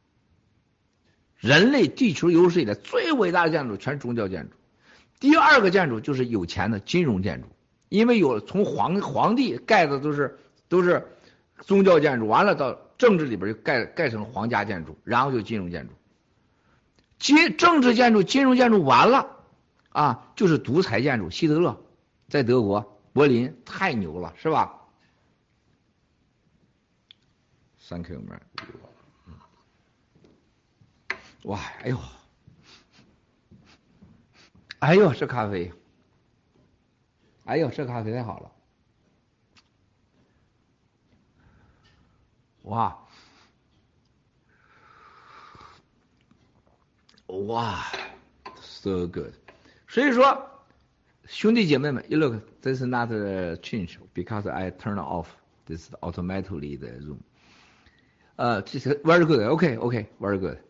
人类地球有史以来最伟大的建筑全是宗教建筑。第二个建筑就是有钱的金融建筑，因为有从皇帝盖的都是宗教建筑，完了到政治里边就盖成皇家建筑，然后就金融建筑。政治建筑、金融建筑完了啊，就是独裁建筑。希特勒在德国柏林太牛了，是吧？Thank you, man。哇，哎呦，这咖啡，哎呦，这咖啡太好了，哇 ，so good。所以说，兄弟姐妹们 ，you look, this is not a change because I turn off this automatically the room。这是 very good，OK，very good，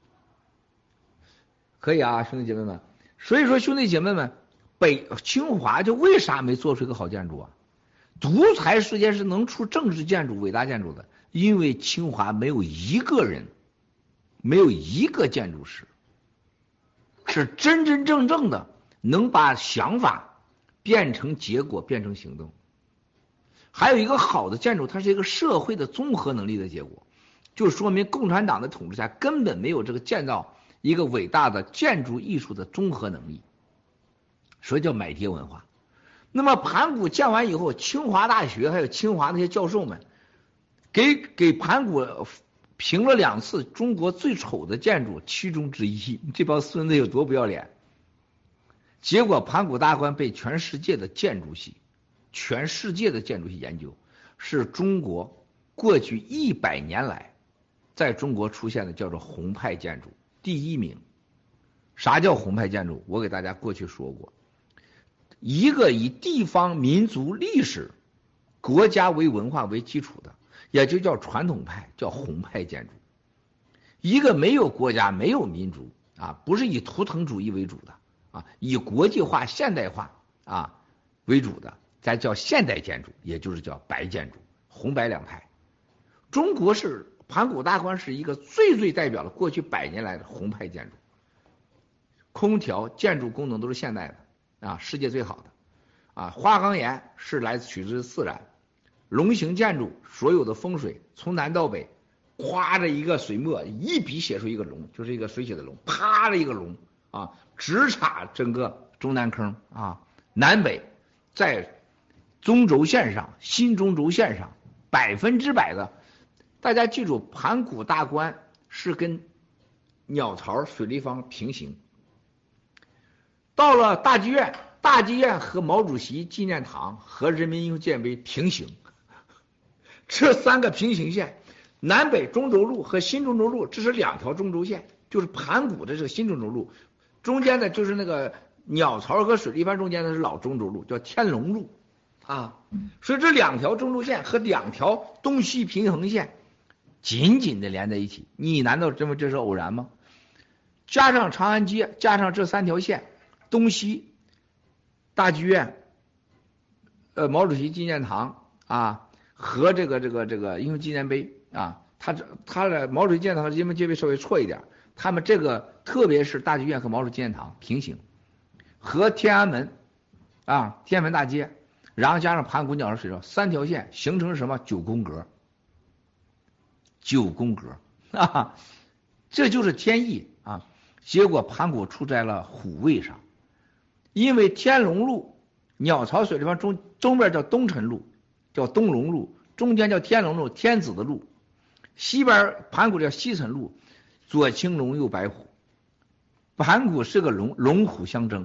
可以啊，兄弟姐妹们。所以说，兄弟姐妹们，清华就为啥没做出一个好建筑啊？独裁世界是能出政治建筑、伟大建筑的，因为清华没有一个人，没有一个建筑师是真真正正的能把想法变成结果、变成行动。还有一个好的建筑，它是一个社会的综合能力的结果，就说明共产党的统治下根本没有这个建造一个伟大的建筑艺术的综合能力，所以叫买爹文化。那么盘古建完以后，清华大学还有清华那些教授们给盘古评了2次中国最丑的建筑其中之一，这帮孙子有多不要脸！结果盘古大观被全世界的建筑系研究，是中国过去100年来在中国出现的叫做红派建筑第1名。啥叫红派建筑？我给大家过去说过，一个以地方民族历史国家为文化为基础的，也就叫传统派，叫红派建筑。一个没有国家没有民族不是以图腾主义为主的以国际化现代化为主的，再叫现代建筑，也就是叫白建筑，红白两派。中国是盘古大观是一个最代表的过去100年来的红派建筑，空调建筑功能都是现代的世界最好的花岗岩是取自自然，龙形建筑所有的风水从南到北，夸着一个水墨一笔写出一个龙，就是一个水写的龙，啪的一个龙直插整个中南坑南北在中轴线上，新中轴线上100%的，大家记住，盘古大观是跟鸟巢水立方平行。到了大剧院，大剧院和毛主席纪念堂和人民英雄纪念碑平行，这3个平行线，南北中轴路和新中轴路，这是2条中轴线，就是盘古的这个新中轴路，中间的就是那个鸟巢和水立方中间的是老中轴路，叫天龙路所以这2条中轴线和2条东西平衡线紧紧的连在一起，你难道认为这是偶然吗？加上长安街，加上这3条线，东西大剧院毛主席纪念堂和这个英雄纪念碑他的毛主席纪念堂和人民纪念碑稍微错一点，他们这个特别是大剧院和毛主席纪念堂平行，和天安门天安门大街，然后加上盘古鸟巢水上3条线形成什么9宫格，9宫格这就是天意结果盘古出在了虎位上，因为天龙路鸟巢水立方中边叫东辰路，叫东龙路，中间叫天龙路，天子的路，西边盘古叫西辰路，左青龙右白虎，盘古是个龙虎相争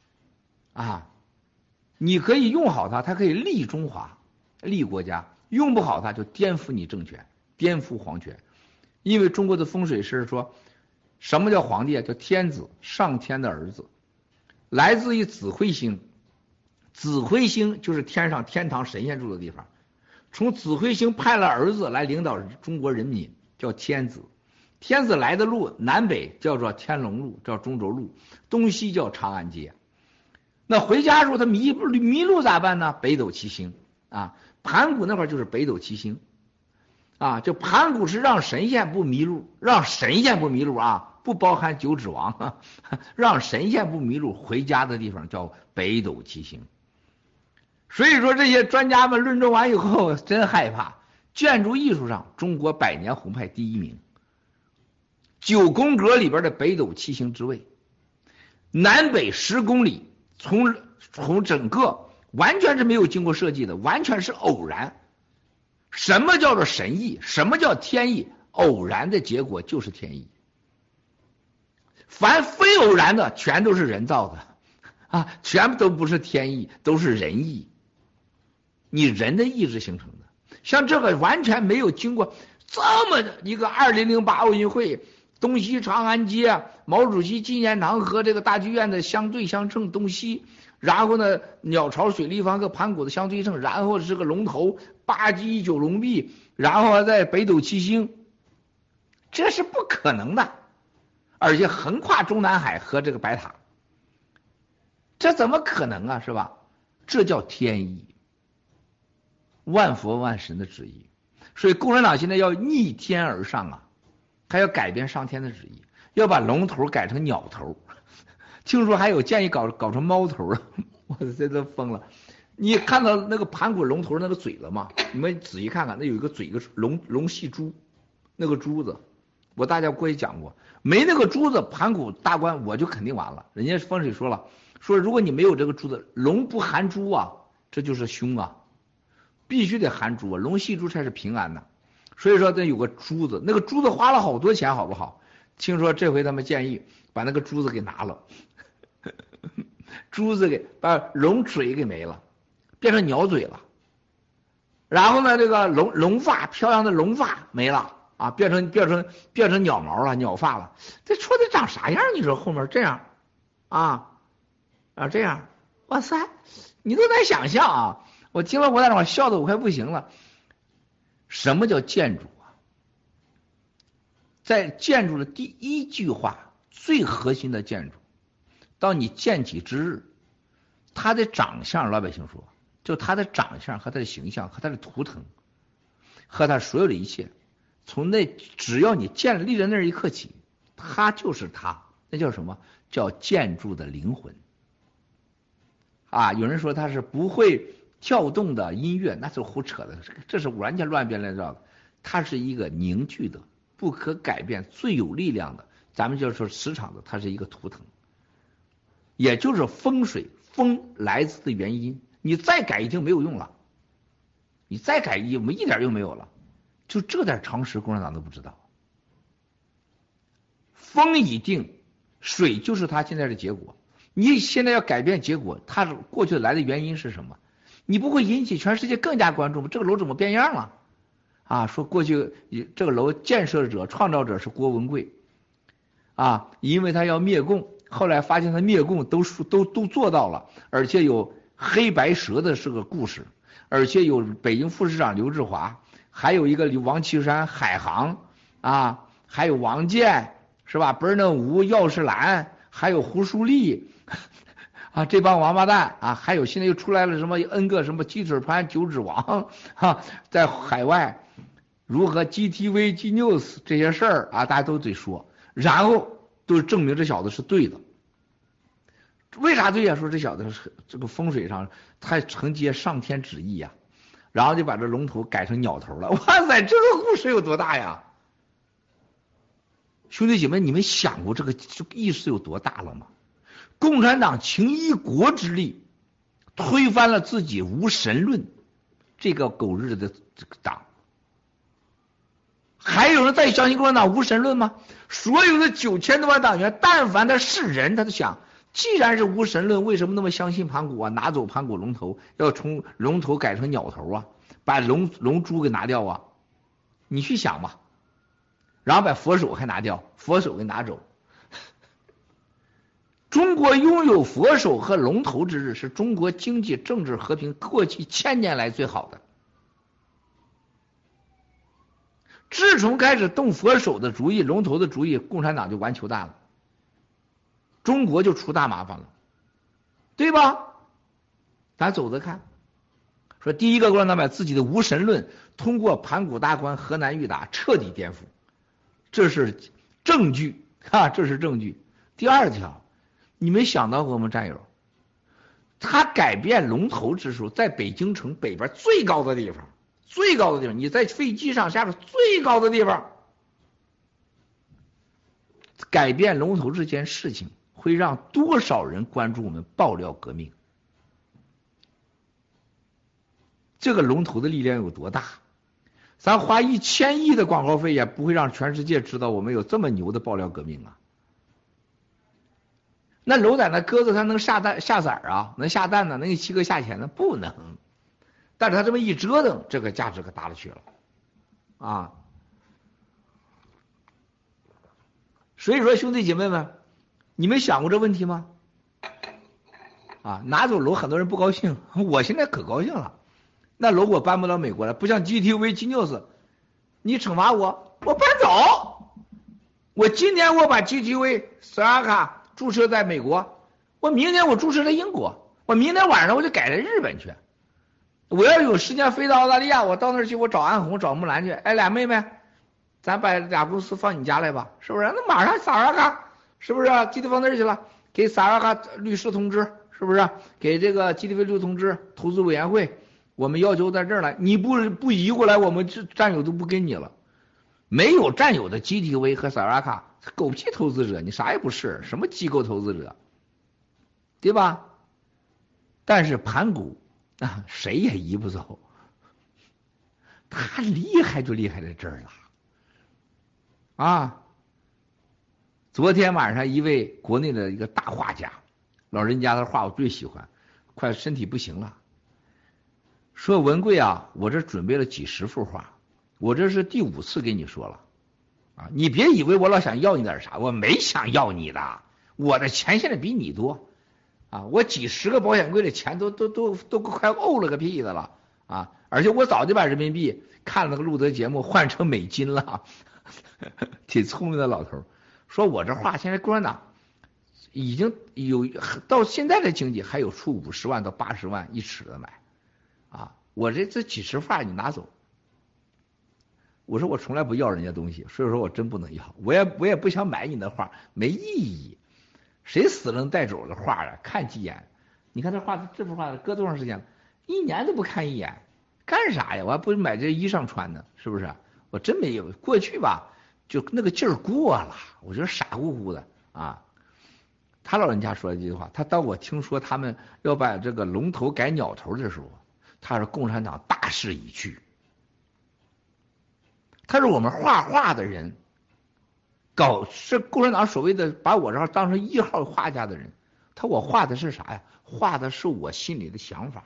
你可以用好它，它可以利中华利国家，用不好它就颠覆你政权，颠覆皇权。因为中国的风水是说什么叫皇帝叫天子，上天的儿子，来自于紫微星，紫微星就是天上天堂神仙住的地方，从紫微星派了儿子来领导中国人民，叫天子。天子来的路南北叫做天龙路，叫中轴路，东西叫长安街。那回家的时候他迷路咋办呢？北斗七星盘古那会儿就是北斗七星就盘古是让神仙不迷路，不包含九指王让神仙不迷路，回家的地方叫北斗七星。所以说这些专家们论证完以后真害怕，建筑艺术上中国100年红派第1名，9宫格里边的北斗七星之位，南北10公里，从整个完全是没有经过设计的，完全是偶然。什么叫做神意？什么叫天意？偶然的结果就是天意，凡非偶然的全都是人造的全部都不是天意，都是人意，你人的意志形成的。像这个完全没有经过这么一个2008奥运会，东西长安街，毛主席纪念堂和这个大剧院的相对相称东西，然后呢鸟巢水立方和盘古的相对称，然后是个龙头8基9龙壁，然后在北斗七星，这是不可能的，而且横跨中南海和这个白塔，这怎么可能是吧？这叫天意，万佛万神的旨意。所以共产党现在要逆天而上还要改变上天的旨意，要把龙头改成鸟头，听说还有建议搞成猫头我这都疯了。你看到那个盘古龙头那个嘴了吗？你们仔细看看，那有一个嘴，一个龙戏珠，那个珠子我大家过去讲过，没那个珠子盘古大观我就肯定完了。人家风水说了，说如果你没有这个珠子，龙不含珠这就是凶必须得含珠龙戏珠才是平安的。 所以说这有个珠子，那个珠子花了好多钱，好不好？听说这回他们建议把那个珠子给拿了，珠子给把龙嘴给没了，变成鸟嘴了。然后呢，这个龙发漂亮的龙发没了啊，变成鸟毛了，鸟发了。这说的长啥样？你说后面这样这样，哇塞，你都难想象啊！我听了我在那笑的我快不行了。什么叫建筑啊？在建筑的第一句话，最核心的建筑，到你建起之日，他的长相，老百姓说，就他的长相和他的形象和他的图腾和他所有的一切，从那只要你立在那儿一刻起，他就是他，那叫什么？叫建筑的灵魂啊！有人说他是不会跳动的音乐，那是胡扯的，这是完全乱编乱造的。它是一个凝聚的、不可改变、最有力量的，咱们就说磁场的，它是一个图腾，也就是风水，风来自的原因。你再改已经没有用了，你再改一点用没有了，就这点常识共产党都不知道。风已定，水就是它现在的结果。你现在要改变结果，它过去来的原因是什么？你不会引起全世界更加关注吗？这个楼怎么变样了？啊，说过去这个楼建设者、创造者是郭文贵啊，因为他要灭共，后来发现他灭共都做到了，而且有黑白蛇的是个故事，而且有北京副市长刘志华，还有一个王岐山、海航啊，还有王健是吧？伯乐吴、药师兰，还有胡舒立。啊，这帮王八蛋啊！还有现在又出来了什么 N 个什么鸡腿盘、九指王哈，在海外如何 GTV、G-News 这些事儿啊，大家都得说，然后都证明这小子是对的。为啥对呀？说这小子是这个风水上他承接上天旨意呀，然后就把这龙头改成鸟头了。哇塞，这个故事有多大呀？兄弟姐妹，你们想过这个意识有多大了吗？共产党倾一国之力推翻了自己无神论这个狗日的这个党，还有人再相信共产党无神论吗？所有的9000多万党员，但凡他是人，他都想，既然是无神论，为什么那么相信盘古啊？拿走盘古龙头，要从龙头改成鸟头啊？把龙珠给拿掉啊？你去想吧。然后把佛手还拿掉，佛手给拿走。中国拥有佛手和龙头之日，是中国经济政治和平过去1000年来最好的。自从开始动佛手的主意、龙头的主意，共产党就完球蛋了，中国就出大麻烦了，对吧？咱走着看。说第一个共产党把自己的无神论通过盘古大观、河南豫达彻底颠覆，这是证据啊，这是证据。第二条。你没想到过吗，战友？他改变龙头之术，在北京城北边最高的地方，你在飞机上下边最高的地方，改变龙头这件事情，会让多少人关注我们爆料革命？这个龙头的力量有多大？咱花1000亿的广告费也不会让全世界知道我们有这么牛的爆料革命啊！那楼在那鸽子它能下崽啊？能下蛋呢？能给7个下钱呢？不能。但是它这么一折腾，这个价值可大了去了啊！所以说兄弟姐妹们，你们想过这问题吗？啊，拿走楼很多人不高兴，我现在可高兴了。那楼我搬不到美国来，不像 GTV、G-News， 你惩罚我搬走。我今年我把 GTV、斯拉卡注册在美国，我明年我注册在英国，我明天晚上我就改在日本去。我要有时间飞到澳大利亚，我到那儿去，我找安红找木兰去。哎，俩妹妹，咱把俩公司放你家来吧，是不是？那马上萨拉卡是不是啊？基地放那儿去了，给萨拉卡律师通知，是不是？给这个基地费律通知，投资委员会，我们要求在这儿来，你不移过来，我们战友都不跟你了。没有战友的 GTV 和萨拉卡。狗屁投资者，你啥也不是，什么机构投资者，对吧？但是盘古啊，谁也移不走。 他厉害就厉害在这儿了啊！昨天晚上一位国内的一个大画家，老人家的画我最喜欢，快身体不行了，说文贵啊，我这准备了几十幅画，我这是第5次给你说了啊，你别以为我老想要你点啥，我没想要你的，我的钱现在比你多啊，我几十个保险柜的钱都快沤了个屁的了啊！而且我早就把人民币看了那个路德节目换成美金了，挺聪明的老头。说我这画现在共产党已经有到现在的经济还有出50万到80万一尺的买啊，我这几十画你拿走。我说我从来不要人家东西，所以说我真不能要，我也不想买你的画，没意义。谁死了能带走的画啊？看几眼？你看这幅画搁多长时间了？1年都不看一眼，干啥呀？我还不买这衣裳穿呢，是不是？我真没有。过去吧，就那个劲儿过了，我觉得傻乎乎的啊。他老人家说了一句话，他当我听说他们要把这个龙头改鸟头的时候，他说共产党大势已去。他说我们画画的人。是共产党所谓的把我这当成1号画家的人，我画的是啥呀？画的是我心里的想法，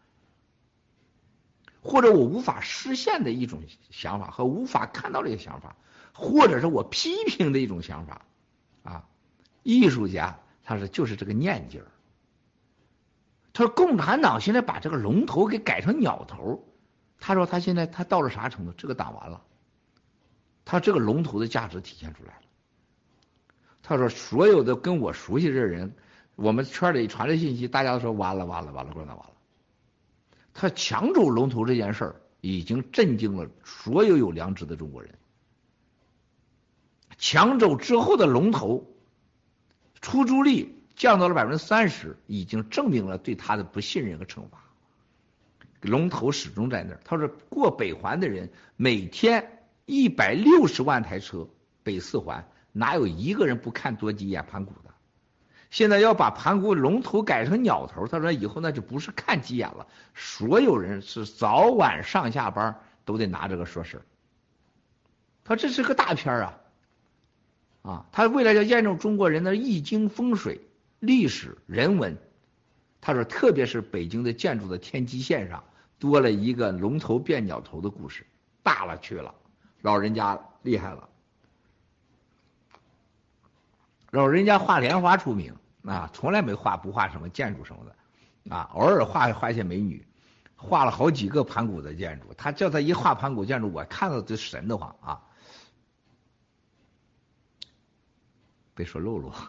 或者我无法实现的一种想法和无法看到的一个想法，或者是我批评的一种想法啊。艺术家他说就是这个念劲儿。他说共产党现在把这个龙头给改成鸟头，他说他现在他到了啥程度？这个党完了。他这个龙头的价值体现出来了。他说所有的跟我熟悉的人，我们圈里传的信息，大家都说完了，共产党完了。他抢走龙头这件事儿已经震惊了所有有良知的中国人。抢走之后的龙头出租率降到了30%，已经证明了对他的不信任和惩罚。龙头始终在那儿。他说过北环的人每天160万台车，北4环哪有一个人不看多几眼盘古的？现在要把盘古龙头改成鸟头，他说以后那就不是看几眼了，所有人是早晚上下班都得拿这个说事儿。他说这是个大片啊，他未来要验证中国人的易经风水、历史、人文。他说特别是北京的建筑的天际线上多了一个龙头变鸟头的故事，大了去了。老人家厉害了，老人家画莲花出名啊，从来不画什么建筑什么的啊，偶尔画一些美女，画了好几个盘古的建筑。他叫他一画盘古建筑，我看到就神得慌啊，别说漏了，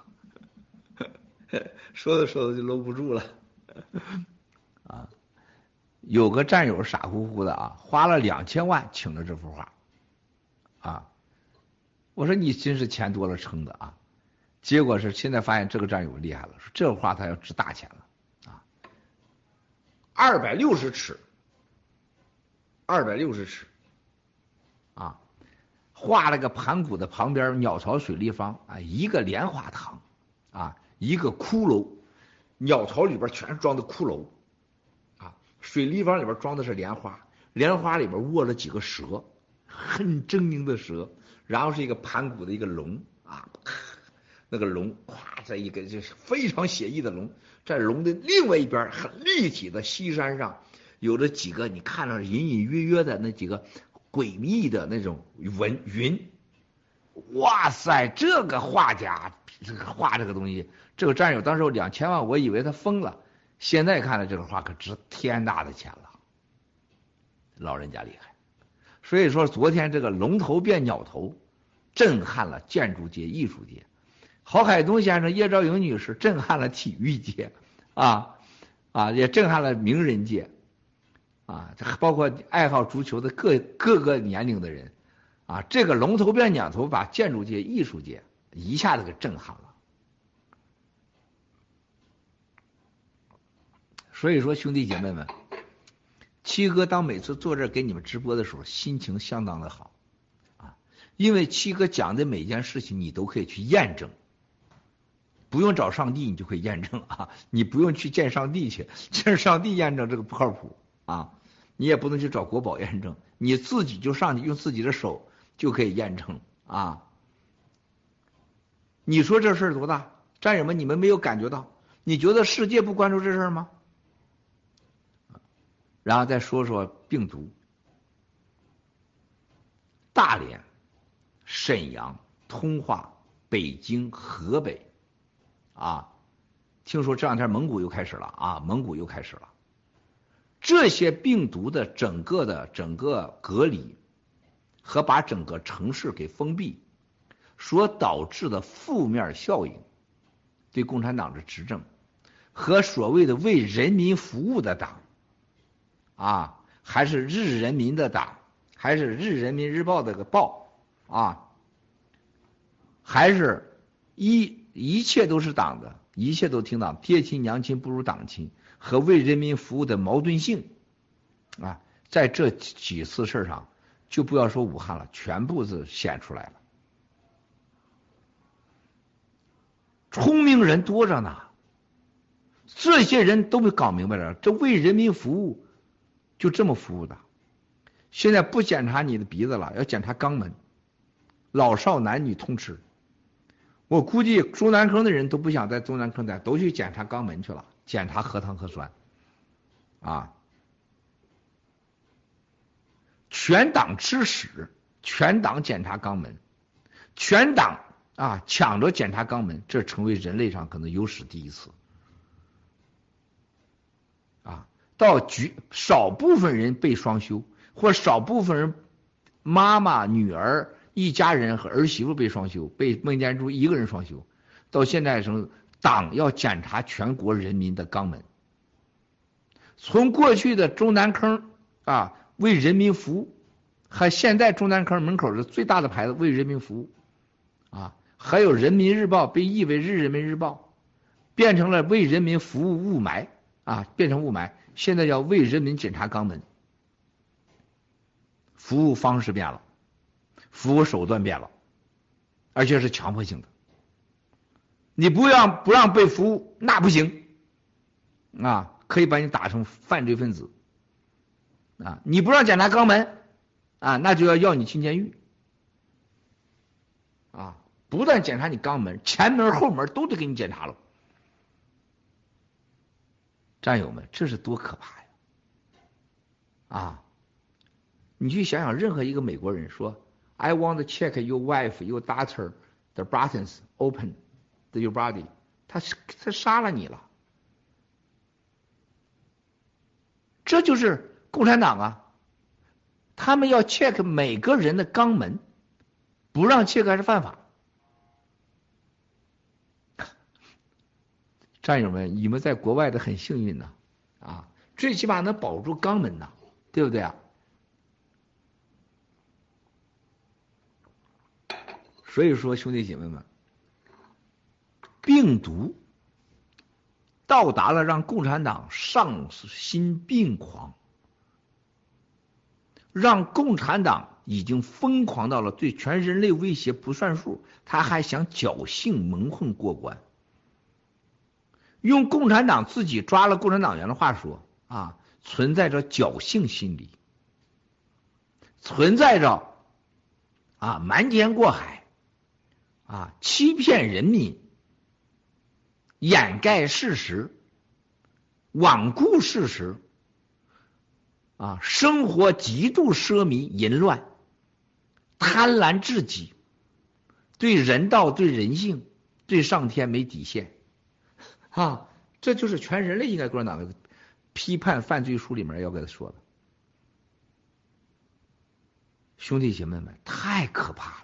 说着就搂不住了啊。有个战友傻乎乎的啊，花了2000万请了这幅画。啊，我说你真是钱多了撑的啊！结果是现在发现这个战友厉害了，说这画他要值大钱了啊！260尺啊，画了个盘古的旁边鸟巢水立方啊，一个莲花堂啊，一个骷髅，鸟巢里边全是装的骷髅啊，水立方里边装的是莲花，莲花里边卧了几个蛇。很狰狞的蛇，然后是一个盘古的一个龙啊，那个龙咵在一个就是非常写意的龙，在龙的另外一边很立体的西山上，有着几个你看着隐隐约约的那几个诡秘的那种云。哇塞，这个画家画这个东西，这个战友当时有2000万，我以为他疯了，现在看来这个画可值天大的钱了，老人家厉害。所以说昨天这个龙头变鸟头震撼了建筑界、艺术界，郝海东先生、叶兆莹女士震撼了体育界也震撼了名人界啊，包括爱好足球的各个年龄的人啊，这个龙头变鸟头把建筑界、艺术界一下子给震撼了。所以说兄弟姐妹们，七哥当每次坐这儿给你们直播的时候，心情相当的好啊，因为七哥讲的每件事情你都可以去验证，不用找上帝你就可以验证啊，你不用去见上帝去，见上帝验证这个不靠谱啊， 你也不能去找国宝验证，你自己就上去用自己的手就可以验证啊。你说这事儿多大？战友们，你们没有感觉到？你觉得世界不关注这事儿吗？然后再说说病毒。大连、沈阳、通化、北京、河北，听说这两天蒙古又开始了蒙古又开始了。这些病毒的整个隔离和把整个城市给封闭所导致的负面效应，对共产党的执政和所谓的为人民服务的党还是日人民的党，还是日人民日报这个报还是一切都是党的，一切都听党，爹亲娘亲不如党亲，和为人民服务的矛盾性在这几次事上，就不要说武汉了，全部是显出来了。聪明人多着呢，这些人都没搞明白了，这为人民服务就这么服务的。现在不检查你的鼻子了，要检查肛门，老少男女通吃。我估计中南坑的人都不想在中南坑待，都去检查肛门去了，检查核糖核酸全党吃屎，全党检查肛门，全党抢着检查肛门，这成为人类上可能有史第一次到少部分人被双休，或少部分人妈妈、女儿一家人和儿媳妇被双休，被孟建柱一个人双休，到现在是党要检查全国人民的肛门。从过去的中南坑为人民服务，和现在中南坑门口的最大的牌子为人民服务还有人民日报被译为日人民日报，变成了为人民服务雾霾变成雾霾，现在叫为人民检查肛门。服务方式变了，服务手段变了，而且是强迫性的。你不让被服务那不行可以把你打成犯罪分子你不让检查肛门那就要你进监狱不但检查你肛门，前门后门都得给你检查了。战友们，这是多可怕呀你去想想，任何一个美国人说 I want to check your wife, your daughter, the buttons open to your body， 他杀了你了。这就是共产党他们要 check 每个人的肛门，不让 check 还是犯法。战友们，你们在国外的很幸运最起码能保住肛门对不对所以说兄弟姐妹们，病毒到达了让共产党丧心病狂，让共产党已经疯狂到了对全人类威胁不算数，他还想侥幸蒙混过关。用共产党自己抓了共产党员的话说存在着侥幸心理，存在着瞒天过海欺骗人民，掩盖事实，罔顾事实生活极度奢靡淫乱，贪婪至极，对人道对人性对上天没底线这就是全人类应该共产党的批判犯罪书里面要跟他说的。兄弟姐妹们，太可怕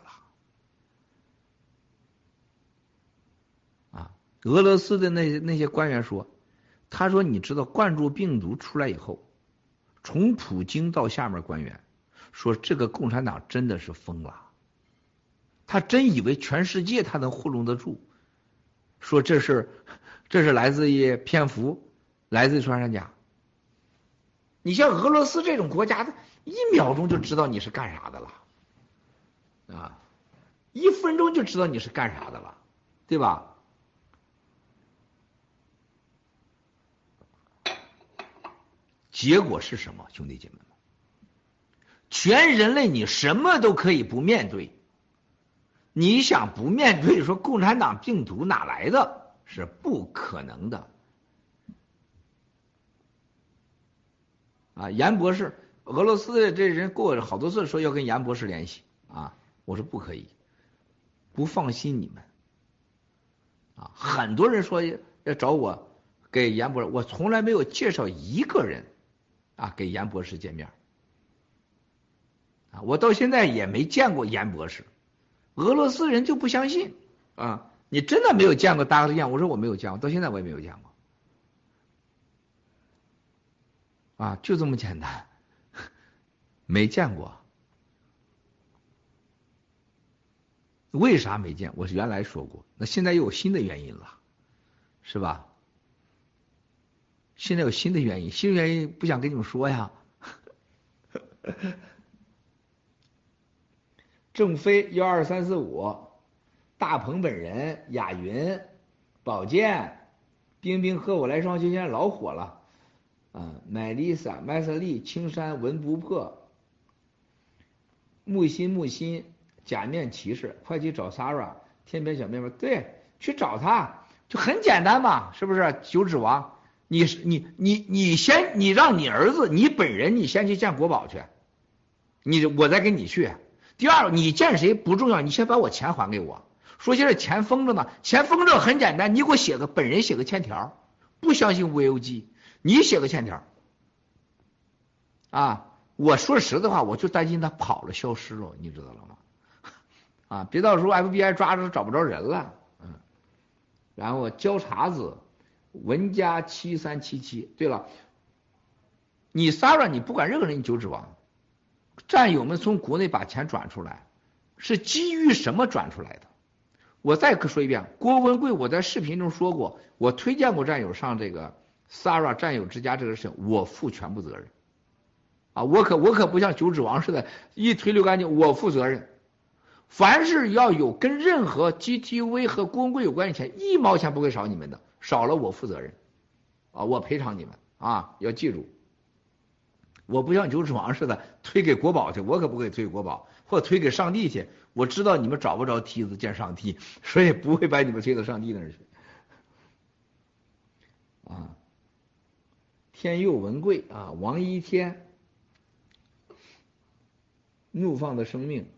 了俄罗斯的那些官员说，他说你知道灌注病毒出来以后，从普京到下面官员说，这个共产党真的是疯了，他真以为全世界他能糊弄得住，说这是来自于蝙蝠，来自于穿山甲。你像俄罗斯这种国家，1秒钟就知道你是干啥的了1分钟就知道你是干啥的了，对吧？ 结果是什么？兄弟姐妹们，全人类你什么都可以不面对，你想不面对，说共产党病毒哪来的？是不可能的。啊，严博士，俄罗斯的这人过好多次说要跟严博士联系啊，我说不可以，不放心你们。啊，很多人说要找我给严博士，我从来没有介绍一个人啊给严博士见面。啊，我到现在也没见过严博士，俄罗斯人就不相信啊，你真的没有见过搭个面？我说我没有见过，到现在我也没有见过。啊，就这么简单，没见过。为啥没见？我是原来说过，那现在又有新的原因了，是吧？现在有新的原因，新的原因不想跟你们说呀。郑飞12345，大鹏本人，雅云，宝剑，冰冰和我来双休，现在老火了。麦丽莎、麦瑟利、青山、文不破、木心、假面骑士，快去找 Sarah， 天边小面包，对，去找他，就很简单嘛，是不是？九指王，你让你儿子，你本人，你先去见国宝去，我再跟你去。第二，你见谁不重要，你先把我钱还给我。说现在钱封着呢，钱封着很简单，你给我本人写个欠条，不相信无忧机。你写个欠条啊！我说实的话，我就担心他跑了、消失了，你知道了吗？啊，别到时候 FBI 抓着找不着人了。然后交叉子文家7377。对了，你 Sarah， 你不管任何人，你九指王，战友们从国内把钱转出来，是基于什么转出来的？我再说一遍，郭文贵，我在视频中说过，我推荐过战友上这个。Sarah 战友之家这个事情，我负全部责任啊！我可不像九指王似的，一推溜干净，我负责任。凡是要有跟任何 GTV 和郭文贵有关系钱，1毛钱不会少你们的，少了我负责任啊！我赔偿你们啊！要记住，我不像九指王似的推给国宝去，我可不会推给国宝，或推给上帝去。我知道你们找不着梯子见上帝，所以不会把你们推到上帝那儿去啊。天佑文贵啊，王一天，怒放的生命，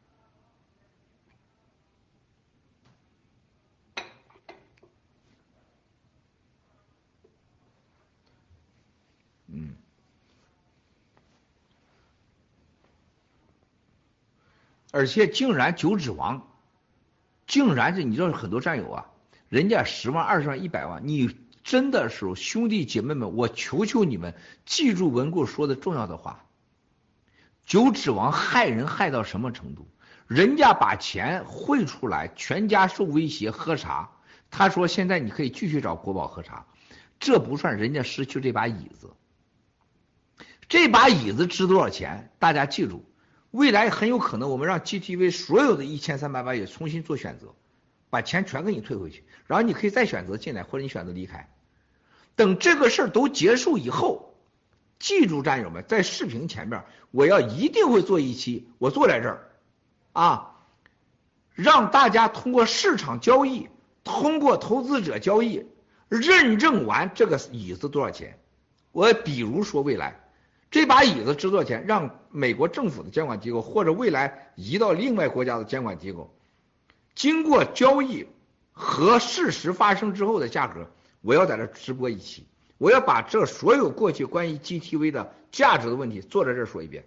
而且竟然九指王，竟然是你知道很多战友啊，人家10万、20万、100万，你。真的是兄弟姐妹们，我求求你们记住文贵说的重要的话。九指王害人害到什么程度？人家把钱汇出来，全家受威胁喝茶。他说现在你可以继续找国宝喝茶，这不算人家失去这把椅子。这把椅子值多少钱？大家记住，未来很有可能我们让 GTV 所有的1300万也重新做选择，把钱全给你退回去，然后你可以再选择进来，或者你选择离开。等这个事儿都结束以后，记住战友们，在视频前面我一定会做一期，我坐在这儿啊，让大家通过市场交易，通过投资者交易认证完这个椅子多少钱。我比如说未来这把椅子值多少钱，让美国政府的监管机构或者未来移到另外国家的监管机构，经过交易和事实发生之后的价格，我要在这直播一期，我要把这所有过去关于 GTV 的价值的问题坐在这说一遍。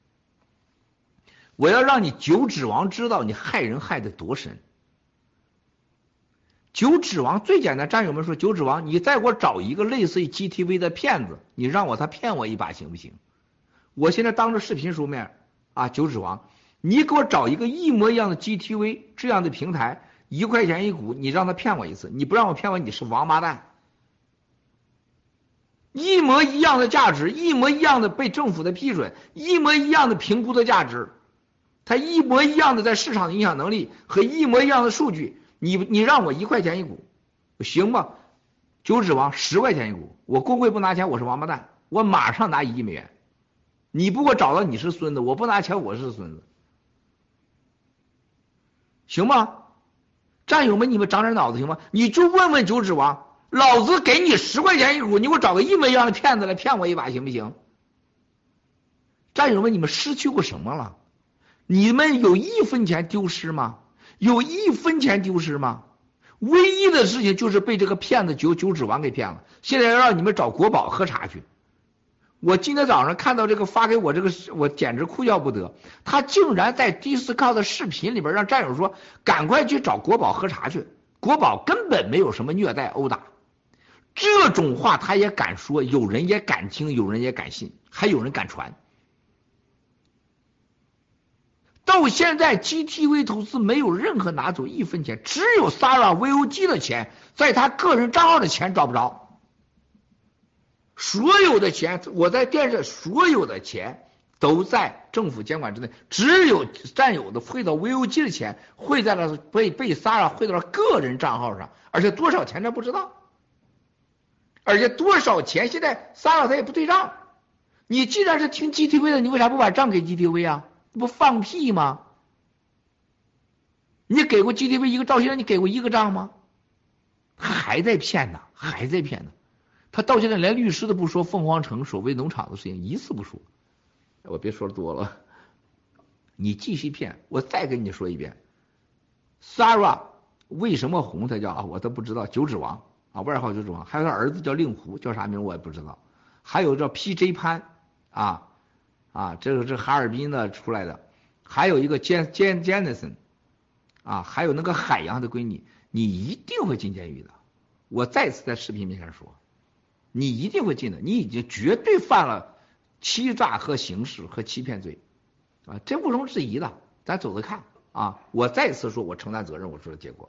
我要让你九指王知道你害人害得多深。九指王最简单，战友们说，九指王你再给我找一个类似于 GTV 的骗子，你让他骗我一把行不行？我现在当着视频书面啊，九指王你给我找一个一模一样的 GTV 这样的平台，1块钱一股，你让他骗我一次，你不让我骗我，你是王八蛋。一模一样的价值，一模一样的被政府的批准，一模一样的评估的价值，它一模一样的在市场的影响能力和一模一样的数据，你让我1块钱一股，行吗？九指王10块钱一股，我公会不拿钱，我是王八蛋。 我马上拿1亿美元。你不给我找到你是孙子，我不拿钱我是孙子，行吗？战友们，你们长点脑子行吗？你就问问九指王，老子给你10块钱一股，你给我找个一模一样的骗子来骗我一把行不行？战友们，你们失去过什么了？你们有1分钱丢失吗？有1分钱丢失吗？唯一的事情就是被这个骗子九指王给骗了。现在要让你们找国宝喝茶去。我今天早上看到这个发给我这个，我简直哭笑不得。他竟然在Discord的视频里边让战友说，赶快去找国宝喝茶去，国宝根本没有什么虐待殴打。这种话他也敢说，有人也敢听，有人也敢信，还有人敢传。到现在 GTV 投资没有任何拿走1分钱，只有 Sarah VOG 的钱，在他个人账号的钱找不着。所有的钱，我在电视所有的钱都在政府监管之内，只有战友的汇到 VOG 的钱汇在了被 Sarah 汇到了个人账号上，而且多少钱他不知道，而且多少钱现在 Sarah 他也不对账。你既然是听 GTV 的，你为啥不把账给 GTV 啊？你不放屁吗？你给过 GTV 一个赵先生，你给过一个账吗？还在骗呢，还在骗呢。他到现在连律师都不说凤凰城所谓农场的事情，一次不说。我别说多了，你继续骗。我再跟你说一遍 ，Sarah 为什么红？他叫啊，我都不知道。九指王啊，外号九指王，还有他儿子叫令狐，叫啥名我也不知道。还有叫 PJ 潘啊，这个是哈尔滨的出来的，还有一个 Jennison 啊，还有那个海洋的闺女，你一定会进监狱的。我再次在视频面前说。你一定会进的，你已经绝对犯了欺诈和刑事和欺骗罪啊，这毋庸置疑的，咱走着看啊。我再次说，我承担责任，我说的结果。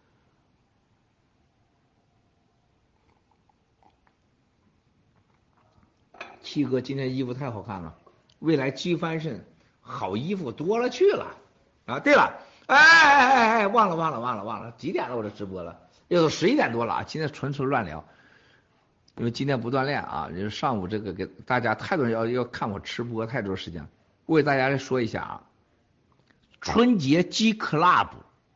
七哥今天衣服太好看了，未来机翻身好衣服多了去了啊。对了，忘了，几点了？我这直播了，要都11点多了啊。今天纯乱聊。因为今天不锻炼啊，人上午这个给大家太多人要看我吃播，太多时间。我给大家来说一下啊，春节 G Club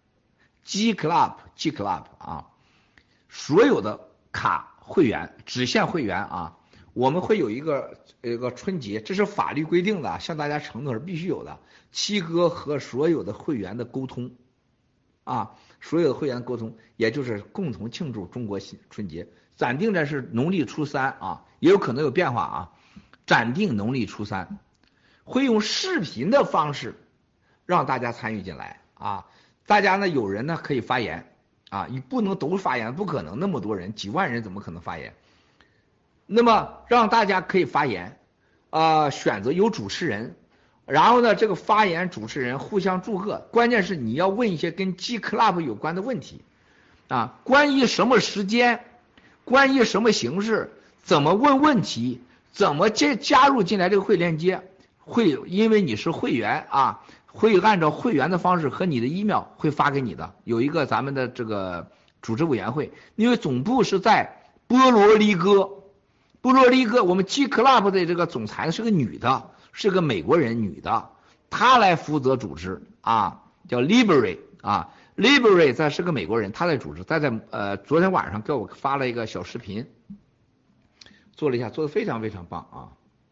啊，所有的卡会员只限会员啊，我们会有一个春节，这是法律规定的，向大家承诺是必须有的。七哥和所有的会员的沟通啊，所有的会员沟通，也就是共同庆祝中国春节。暂定的是农历初3啊，也有可能有变化啊。暂定农历初3，会用视频的方式让大家参与进来啊。大家呢，有人呢可以发言啊，你不能都发言，不可能那么多人，几万人怎么可能发言？那么让大家可以发言选择有主持人，然后呢，这个发言主持人互相祝贺，关键是你要问一些跟 G Club 有关的问题啊，关于什么时间。关于什么形式，怎么问问题，怎么加入进来这个会链接，会因为你是会员啊，会按照会员的方式和你的 email 会发给你的，有一个咱们的这个组织委员会，因为总部是在波罗黎各，我们 G Club 的这个总裁是个女的，是个美国人女的，她来负责组织啊，叫 Liberty 啊。Liberty 他是个美国人，他在组织，他在昨天晚上给我发了一个小视频，做了一下，做的非常非常棒啊！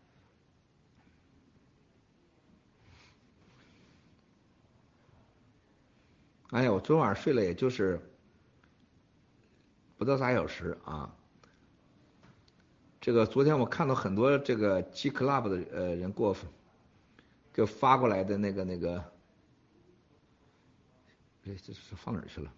哎呀，我昨晚上睡了也就是不到3小时啊。这个昨天我看到很多这个 G Club 的人给我发过来的那个。这是放哪儿去了？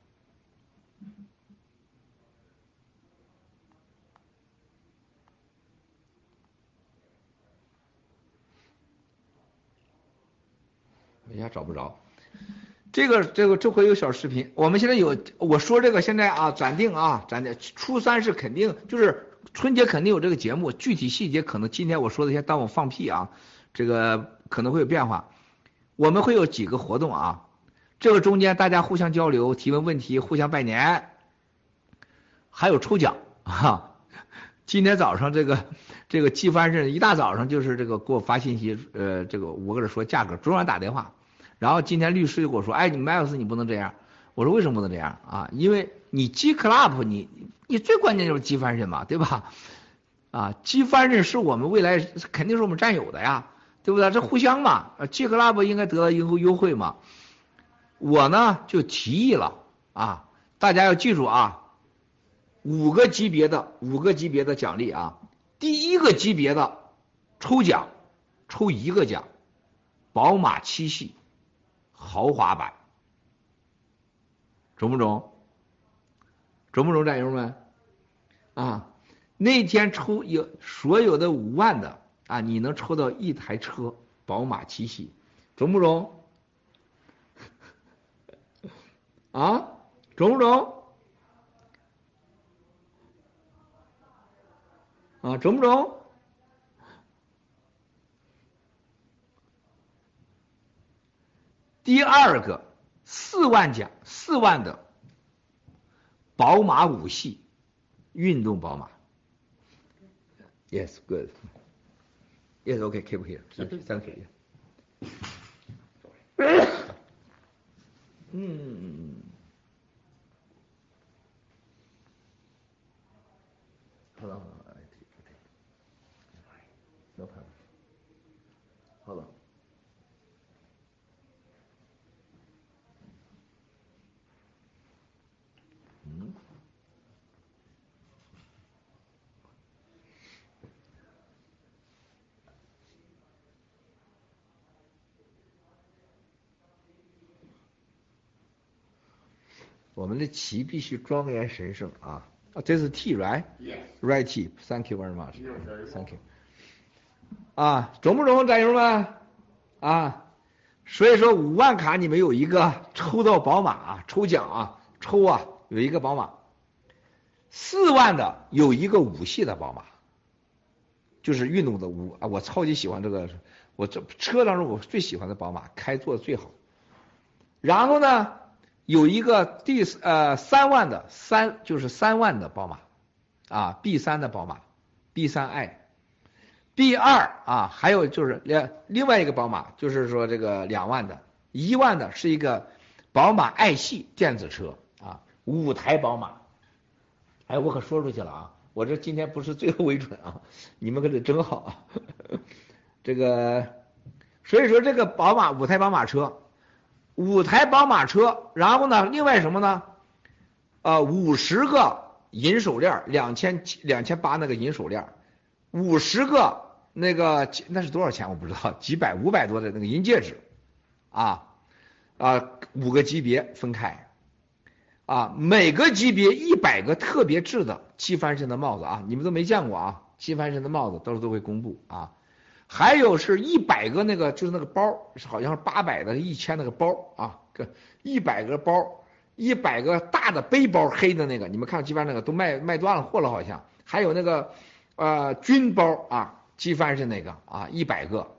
一下找不着。这回有小视频，我们现在我说这个现在啊，暂定初3是肯定，就是春节肯定有这个节目，具体细节可能今天我说的先当我放屁啊，这个可能会有变化。我们会有几个活动啊。这个中间大家互相交流、提问问题、互相拜年，还有抽奖啊！ 今天早上这个季帆是一大早上就是这个给我发信息，这个我跟他说价格，昨晚打电话，然后今天律师就跟我说，哎，你迈尔斯你不能这样。我说为什么不能这样啊？因为你 G Club 你最关键就是基帆人嘛，对吧？啊，基帆人是我们未来肯定是我们战友的呀，对不对？这互相嘛，G Club 应该得到优惠嘛。我呢就提议了啊，大家要记住啊，5个级别的奖励啊，第1个级别的抽奖抽1个奖，宝马7系豪华版。中不中？中不中，战友们啊？那天抽所有的5万的啊，你能抽到1台车，宝马7系，中不中？啊，中不中？啊，中不中？第2个4万奖，4万的宝马5系运动宝马。Yes, good. Yes, okay, keep here. Thank you. 好了，no problem. 好了。我们的旗必须庄严神圣啊！这是 T right? Yes. Right T. Thank you very much. You're very welcome. Thank you. 啊，中不中，战友们？啊，所以说5万卡你们有一个抽到宝马啊，抽奖啊，抽啊有一个宝马，4万的有一个5系的宝马，就是运动的5啊，我超级喜欢这个，我这车当中我最喜欢的宝马，开做的最好。然后呢？有一个3万的就是3万的宝马啊 ，B3 的宝马 ，B3i，B2 啊，还有就是另外一个宝马，就是说这个2万的，1万的是一个宝马爱系电子车啊，5台宝马，哎，我可说出去了啊，我这今天不是最后为准啊，你们可得整好啊，这个，所以说这个宝马5台宝马车。5台宝马车，然后呢，另外什么呢？50个银手链，2800那个银手链，50个那个那是多少钱我不知道，几百500多的那个银戒指，啊，5个级别分开，啊，每个级别100个特别制的七幡神的帽子啊，你们都没见过啊，七幡神的帽子到时候都会公布啊。还有是100个那个就是那个包，好像是800的1000那个包啊，100个包，100个大的背包黑的那个，你们看基帆那个都卖断了货了好像，还有那个军包啊，基帆是那个啊，100个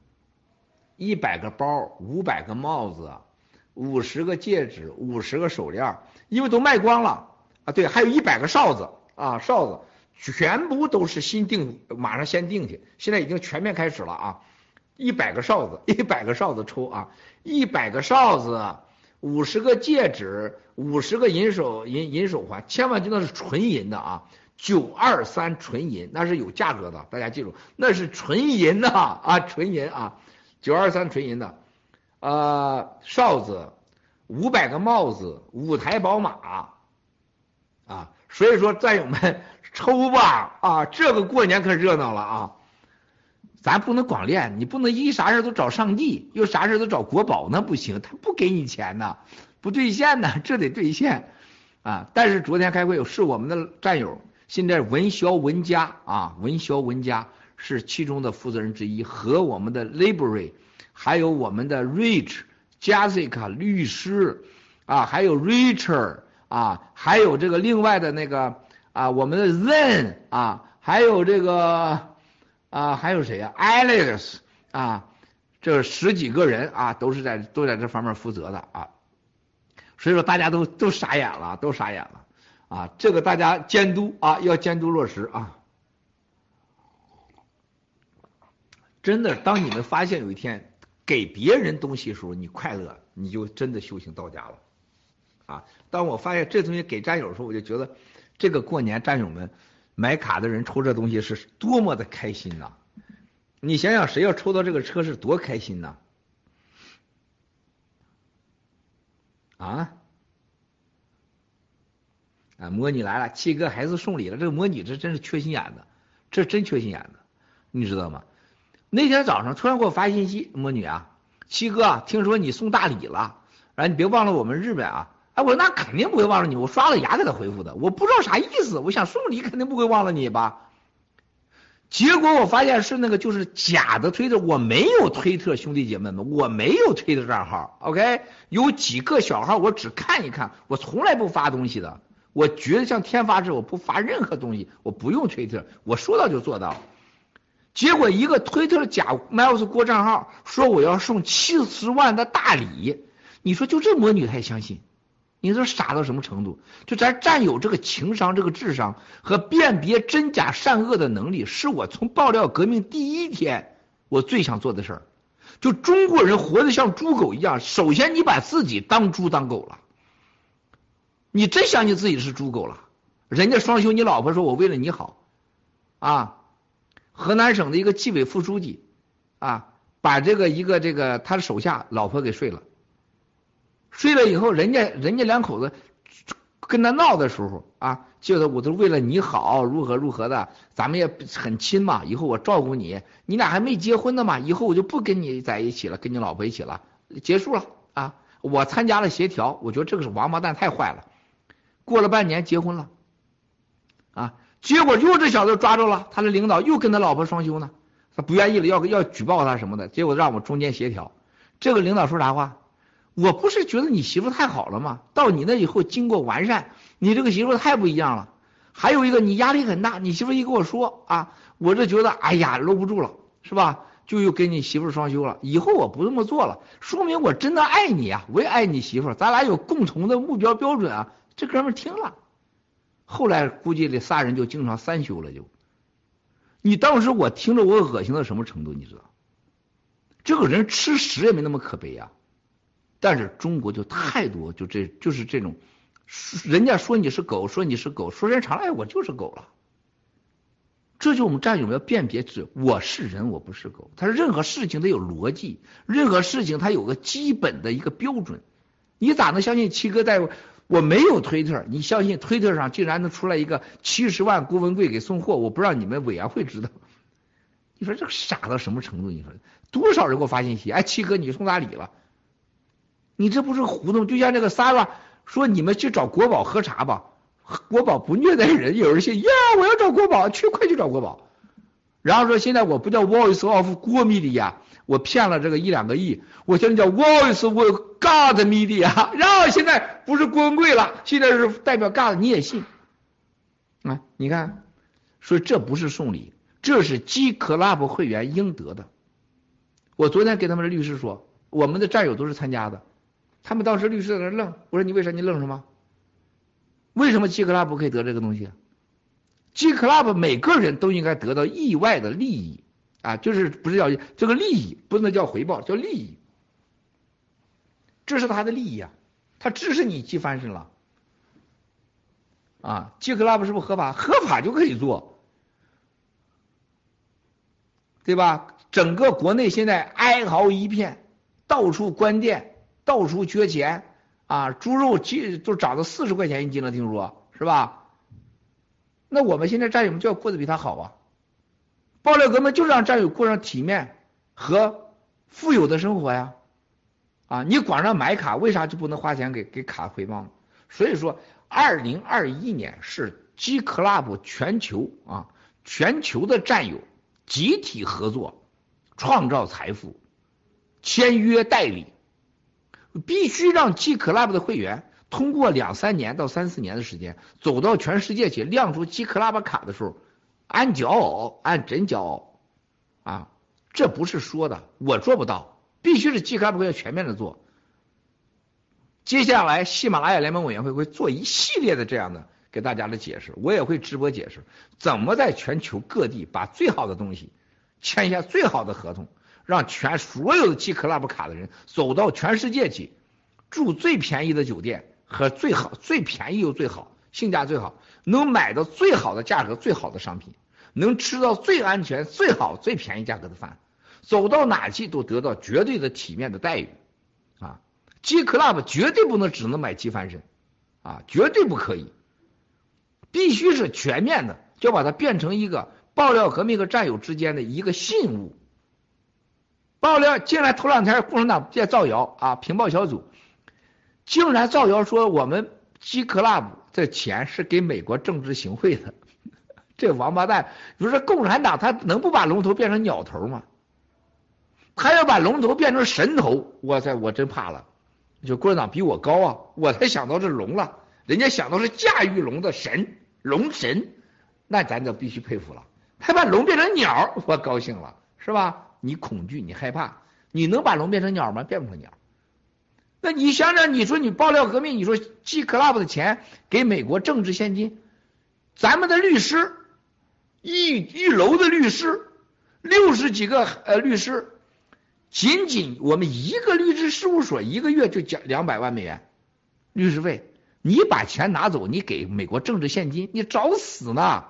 包，500个帽子，50个戒指，50个手链，因为都卖光了啊，对，还有100个哨子啊，哨子。全部都是新定，马上先定去，现在已经全面开始了啊！100个哨子抽啊，100个哨子，50个戒指，50个银手环，千万记得是纯银的啊，923纯银，那是有价格的，大家记住，那是纯银的啊，纯银啊，923纯银的，哨子，500个帽子，5台宝马啊，所以说战友们。抽吧啊！这个过年可热闹了啊！咱不能光练，你不能一啥事都找上帝，又啥事都找国宝，那不行，他不给你钱呢，不兑现呢，这得兑现啊！但是昨天开会是我们的战友，现在文家是其中的负责人之一，和我们的 Library， 还有我们的 Jessica 律师啊，还有 Richard 啊，还有这个另外的那个。啊，我们的 Zen 啊，还有这个还有谁啊 ？Alex 啊，这10几个人啊，都在这方面负责的啊。所以说大家都傻眼了啊，这个大家监督啊，要监督落实啊。 真的，当你们发现有一天给别人东西的时候，你快乐，你就真的修行到家了。啊，当我发现这东西给战友的时候，我就觉得这个过年战友们买卡的人抽这东西是多么的开心呐！你想想，谁要抽到这个车是多开心呐！啊，魔女来了，七哥还是送礼了。这个魔女这真是缺心眼子，这真缺心眼子，你知道吗？那天早上突然给我发信息，魔女啊，七哥，听说你送大礼了，然后你别忘了我们日本啊。哎，我说那肯定不会忘了你，我刷了牙给他回复的，我不知道啥意思，我想送礼肯定不会忘了你吧。结果我发现是那个就是假的推特，我没有推特，兄弟姐妹们，我没有推特账号 ，OK， 有几个小号我只看一看，我从来不发东西的，我觉得像天发誓，我不发任何东西，我不用推特，我说到就做到。结果一个推特的假 Miles 郭账号说我要送70万的大礼，你说就这魔女她也相信？你说傻到什么程度？就咱战友这个情商、这个智商和辨别真假善恶的能力，是我从爆料革命第一天我最想做的事儿。就中国人活得像猪狗一样，首先你把自己当猪当狗了，你真相信自己是猪狗了。人家双休，你老婆说我为了你好啊，河南省的一个纪委副书记啊，把这个他的手下老婆给睡了。睡了以后，人家两口子跟他闹的时候啊，觉得我都为了你好，如何的，咱们也很亲嘛，以后我照顾你，你俩还没结婚呢嘛，以后我就不跟你在一起了，跟你老婆一起了，结束了啊。我参加了协调，我觉得这个是王八蛋太坏了。过了半年结婚了啊，结果又这小子抓着了，他的领导又跟他老婆双休呢，他不愿意了，要举报他什么的，结果让我中间协调。这个领导说啥话？我不是觉得你媳妇太好了吗？到你那以后经过完善，你这个媳妇太不一样了。还有一个你压力很大，你媳妇一跟我说啊，我这觉得哎呀搂不住了，是吧？就又跟你媳妇双休了。以后我不这么做了，说明我真的爱你啊，我也爱你媳妇，咱俩有共同的目标标准啊。这哥们听了，后来估计这仨人就经常3休了就。你当时我听着我恶心到什么程度，你知道？这个人吃屎也没那么可悲啊。但是中国就太多，就是这种，人家说你是狗，说你是狗，说人长了，哎，我就是狗了。这就我们战友们要辨别是，我是人，我不是狗。他任何事情它有逻辑，任何事情它有个基本的一个标准。你咋能相信七哥在？我没有推特，你相信推特上竟然能出来一个70万郭文贵给送货？我不让你们委员会知道。你说这个傻到什么程度？你说多少人给我发信息？哎，七哥你送大礼了。你这不是糊涂？就像这个Sarah说，你们去找国宝喝茶吧，国宝不虐待人。有人信呀，我要找国宝，快去找国宝。然后说现在我不叫 Voice of 郭 Media， 我骗了这个1-2个亿，我现在叫 Voice of God Media， 然后现在不是郭文贵了，现在是代表 God， 你也信啊？你看，所以这不是送礼，这是G Club 会员应得的。我昨天给他们的律师说，我们的战友都是参加的。他们当时律师在那愣，我说你为啥你愣什么？为什么G Club不可以得这个东西？G Club 每个人都应该得到意外的利益啊，就是不是叫这个利益，不能叫回报，叫利益，这是他的利益啊，他支持你G翻身了啊。G Club 是不是合法？合法就可以做，对吧？整个国内现在哀嚎一片，到处关店。到处缺钱啊，猪肉都涨到40块钱1斤了，听说是吧？那我们现在战友们就要过得比他好啊！爆料革命就是让战友过上体面和富有的生活呀！啊，你光让买卡，为啥就不能花钱给卡回报呢？所以说，2021年是G Club 全球的战友集体合作，创造财富，签约代理。必须让G Club 的会员通过2-3年到3-4年的时间，走到全世界去亮出G Club 卡的时候，按骄傲，按真骄傲啊！这不是说的，我做不到，必须是G Club 会员全面的做。接下来喜马拉雅联盟委员会会做一系列的这样的给大家的解释，我也会直播解释怎么在全球各地把最好的东西签下最好的合同，让所有的 G Club 卡的人走到全世界去，住最便宜的酒店和最便宜又最好，性价最好，能买到最好的价格最好的商品，能吃到最安全最好最便宜价格的饭，走到哪去都得到绝对的体面的待遇啊。G Club 绝对不能只能买鸡翻身啊，绝对不可以，必须是全面的，就把它变成一个爆料革命和战友之间的一个信物。爆料进来头2天，共产党在造谣啊，情报小组竟然造谣说我们 G Club 这钱是给美国政治行贿的，这王八蛋！比如说共产党他能不把龙头变成鸟头吗？他要把龙头变成神头，哇塞，我真怕了。就共产党比我高啊，我才想到这龙了，人家想到是驾驭龙的神，龙神，那咱就必须佩服了。他把龙变成鸟，我高兴了，是吧？你恐惧，你害怕，你能把龙变成鸟吗？变不成鸟。那你想想，你说你爆料革命，你说 G Club 的钱给美国政治现金，咱们的律师一楼的律师60几个律师，仅仅我们一个律师事务所一个月就交200万美元律师费，你把钱拿走，你给美国政治现金，你找死呢！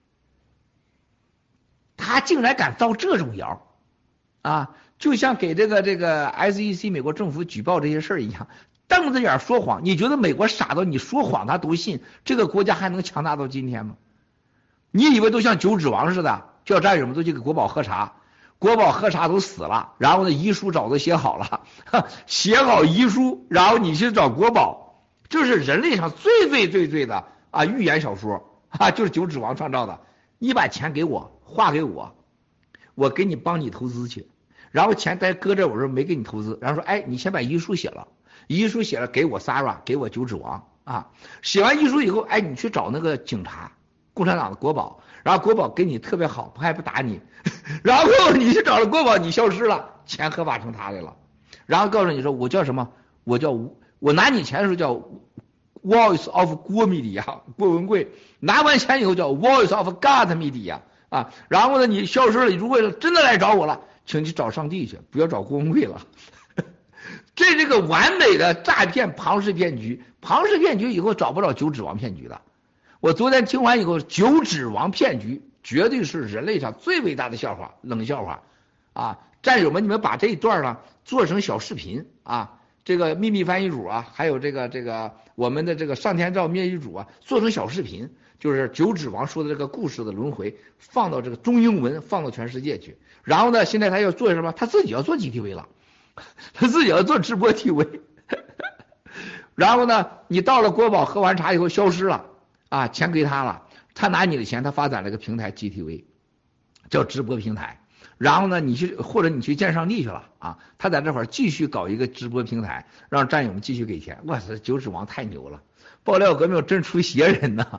他竟然敢造这种谣啊！就像给这个 SEC 美国政府举报这些事儿一样，瞪着眼说谎。你觉得美国傻到你说谎他都信？这个国家还能强大到今天吗？你以为都像九指王似的，叫战友们都去给国宝喝茶，国宝喝茶都死了，然后呢遗书早都写好了，写好遗书，然后你去找国宝，这是人类上最的啊寓言小说啊，就是九指王创造的。你把钱给我，划给我，我给你帮你投资去，然后钱再搁这，我说没给你投资，然后说哎，你先把遗书写了，遗书写了给我 Sarah， 给我九指王啊，写完遗书以后，哎，你去找那个警察，共产党的国宝，然后国宝给你特别好，还不打你，然后你去找了国宝，你消失了，钱合法成他的了，然后告诉你说我叫什么，我拿你钱的时候叫 Voice of 郭米迪亚，郭文贵，拿完钱以后叫 Voice of God 米迪亚啊，然后呢你消失了，如果真的来找我了，请去找上帝去，不要找郭文贵了。这个完美的诈骗庞氏骗局，庞氏骗局以后找不着九指王骗局的。我昨天听完以后，九指王骗局绝对是人类上最伟大的笑话，冷笑话啊！战友们，你们把这一段呢做成小视频啊，这个秘密翻译组啊，还有这个我们的这个上天照灭狱组啊，做成小视频，就是九指王说的这个故事的轮回，放到这个中英文，放到全世界去。然后呢，现在他要做什么？他自己要做 GTV 了，他自己要做直播 TV。然后呢，你到了国宝喝完茶以后消失了啊，钱给他了，他拿你的钱，他发展了个平台 GTV， 叫直播平台。然后呢，或者你去见上帝去了啊，他在这块继续搞一个直播平台，让战友们继续给钱。哇塞，九指王太牛了，爆料革命真出邪人呐！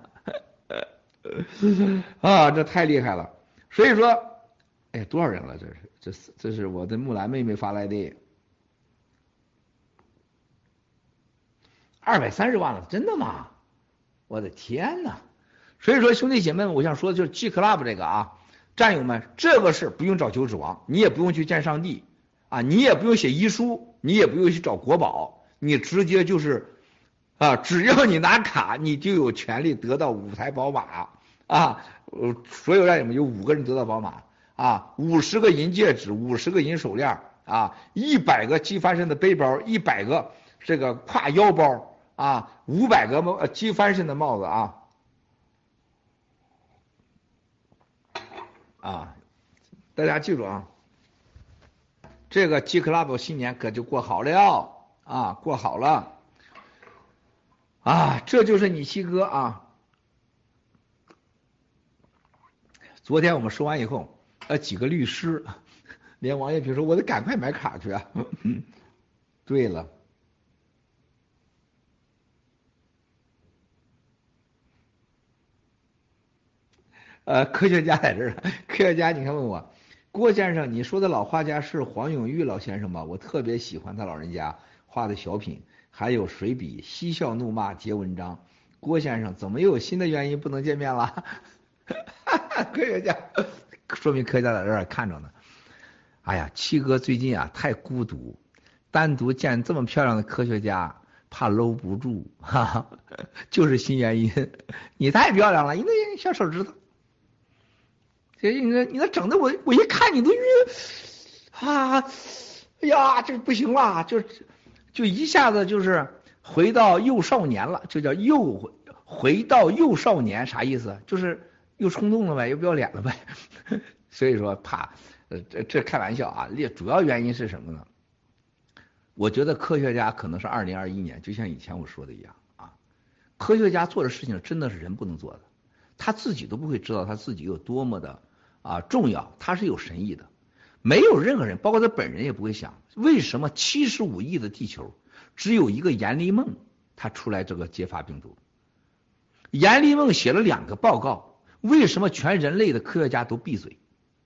啊，这太厉害了。所以说，哎，多少人了？这是我的木兰妹妹发来的230万了，真的吗？我的天哪！所以说，兄弟姐妹们，我想说的就是 G Club 这个啊。战友们，这个事不用找九指王，你也不用去见上帝啊，你也不用写遗书，你也不用去找国宝，你直接就是啊，只要你拿卡，你就有权利得到5台宝马啊，所有战友们有5个人得到宝马啊，50个银戒指，50个银手链啊，100个机翻身的背包，100个这个挎腰包啊，500个机翻身的帽子啊。啊，大家记住啊，这个 G Club 新年可就过好了啊，过好了啊，这就是你七哥啊。昨天我们说完以后，几个律师，连王爷平说，我得赶快买卡去啊。对了。科学家在这儿，科学家你看问我，郭先生，你说的老画家是黄永玉老先生吗？我特别喜欢他老人家画的小品，还有水笔，嬉笑怒骂结文章。郭先生，怎么又有新的原因不能见面了？科说明科学家在这儿看着呢。哎呀，七哥最近啊太孤独，单独见这么漂亮的科学家，怕搂不住，哈哈，就是新原因。你太漂亮了，你那小手指头，你那整的我一看你都啊，哎呀，这不行了，就一下子就是回到幼少年了，就叫回到幼少年，啥意思？就是又冲动了呗，又不要脸了呗。所以说怕，这开玩笑啊。主要原因是什么呢？我觉得科学家可能是2021年，就像以前我说的一样啊，科学家做的事情真的是人不能做的，他自己都不会知道他自己有多么的重要，他是有神意的。没有任何人，包括他本人也不会想，为什么75亿的地球只有一个阎利梦他出来这个揭发病毒？阎利梦写了2个报告，为什么全人类的科学家都闭嘴？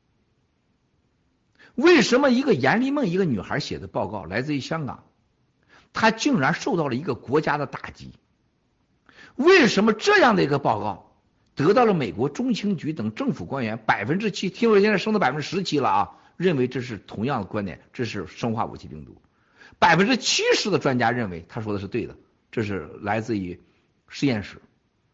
为什么一个阎利梦一个女孩写的报告来自于香港，她竟然受到了一个国家的打击？为什么这样的一个报告得到了美国中情局等政府官员7%，听说现在升到17%了啊？认为这是同样的观点，这是生化武器病毒。70%的专家认为他说的是对的，这是来自于实验室。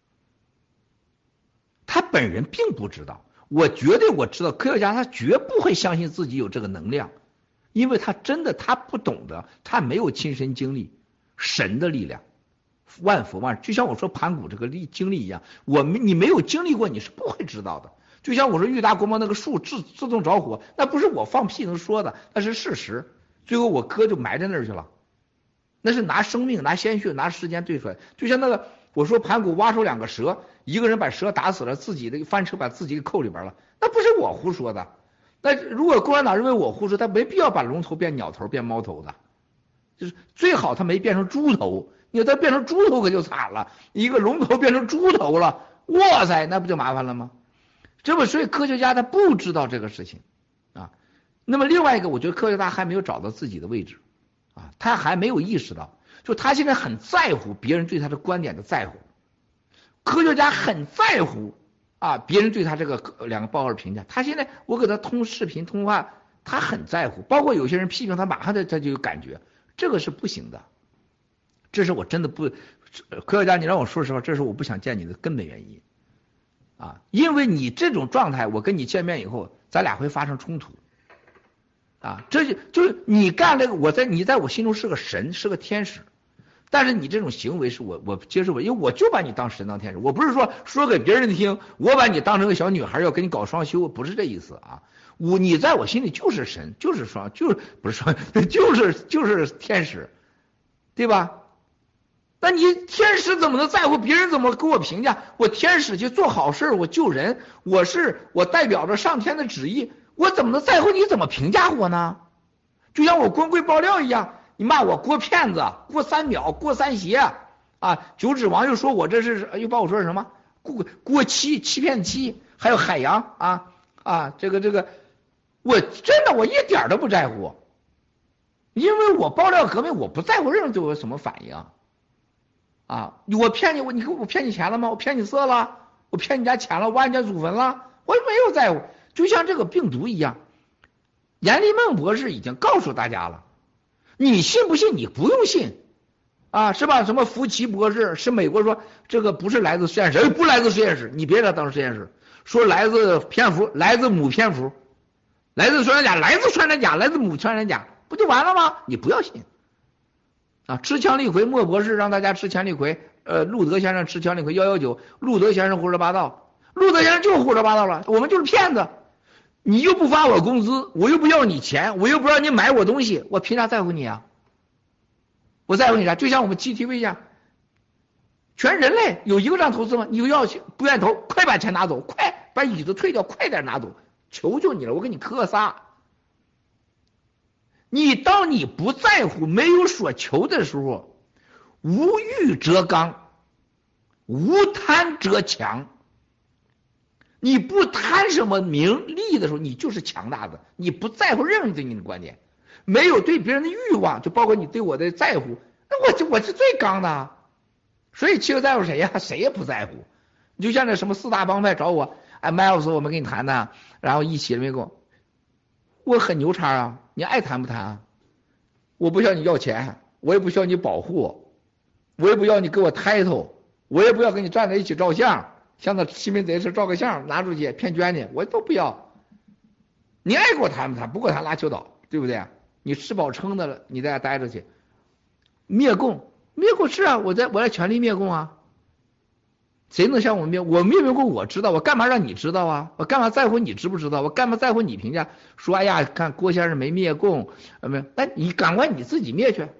他本人并不知道，我知道科学家他绝不会相信自己有这个能量，因为他不懂得，他没有亲身经历神的力量，万佛万，就像我说盘古这个经历一样，你没有经历过你是不会知道的。就像我说裕达国贸那个树自动着火，那不是我放屁能说的，那是事实。最后我哥就埋在那儿去了，那是拿生命拿鲜血拿时间对出来。就像那个我说盘古挖出2个蛇，一个人把蛇打死了，自己的翻车把自己给扣里边了，那不是我胡说的。那如果共产党认为我胡说，他没必要把龙头变鸟头变猫头的，就是最好他没变成猪头，你要他变成猪头可就惨了，一个龙头变成猪头了，哇塞，那不就麻烦了吗？所以科学家他不知道这个事情啊。那么另外一个，我觉得科学家还没有找到自己的位置啊，他还没有意识到，就他现在很在乎别人对他的观点的在乎，科学家很在乎别人对他这个2个报告的评价。他现在我给他通视频通话，他很在乎，包括有些人批评他，马上他就有感觉，这个是不行的。这是我真的不，科学家你让我说实话，这是我不想见你的根本原因。因为你这种状态，我跟你见面以后，咱俩会发生冲突，这就是你干这个，你在我心中是个神，是个天使，但是你这种行为是我接受不了，因为我就把你当神当天使，我不是说给别人听，我把你当成个小女孩要跟你搞双修，不是这意思啊，你在我心里就是神，就是就是天使，对吧？那你天使怎么能在乎别人怎么给我评价？我天使去做好事，我救人，我代表着上天的旨意，我怎么能在乎你怎么评价我呢？就像我光棍爆料一样，你骂我过骗子，过3秒，过3邪九指王又说我这是又把我说是什么过欺骗妻，还有海洋这个我真的我一点都不在乎，因为我爆料革命，我不在乎任何对我什么反应。我骗你，我骗你钱了吗？我骗你色了？我骗你家钱了？挖你家祖坟了？我没有在乎。就像这个病毒一样，阎利梦博士已经告诉大家了，你信不信？你不用信是吧？什么福奇博士是美国说这个不是来自实验室，不来自实验室，你别给他当实验室，说来自蝙蝠，来自母蝙蝠，来自穿山甲，来自穿山甲，来自母穿山甲，不就完了吗？你不要信。吃强力葵，莫博士让大家吃强力葵，路德先生吃强力葵119，路德先生胡说八道，路德先生就是胡说八道了，我们就是骗子，你又不发我工资，我又不要你钱，我又不让你买我东西，我凭啥在乎你啊？我在乎你啥？就像我们 GTV 一样，全人类有一个让投资吗？你要不愿意投，快把钱拿走，快把椅子退掉，快点拿走，求求你了，我给你磕仨。当你不在乎没有所求的时候，无欲则刚，无贪则强。你不贪什么名利的时候，你就是强大的，你不在乎任何对你的观点，没有对别人的欲望，就包括你对我的在乎，那我是最刚的。所以七个在乎谁呀？谁也不在乎。就像那什么4大帮派找我， 哎，Miles，我们跟你谈谈，然后一起了没够，我很牛叉啊，你爱谈不谈啊？我不需要你要钱，我也不需要你保护，我也不要你给我 title， 我也不要跟你站在一起照相，像那西门子似照个相拿出去骗捐的，我都不要。你爱给我谈不谈？不给我谈拉球岛，对不对？你吃饱撑的了，你在家待着去。灭共是啊，我在全力灭共啊。谁能像我灭？我灭共我知道，我干嘛让你知道啊？我干嘛在乎你知不知道？我干嘛在乎你评价？说哎呀，看郭先生没灭共，没有？那你赶快你自己灭去。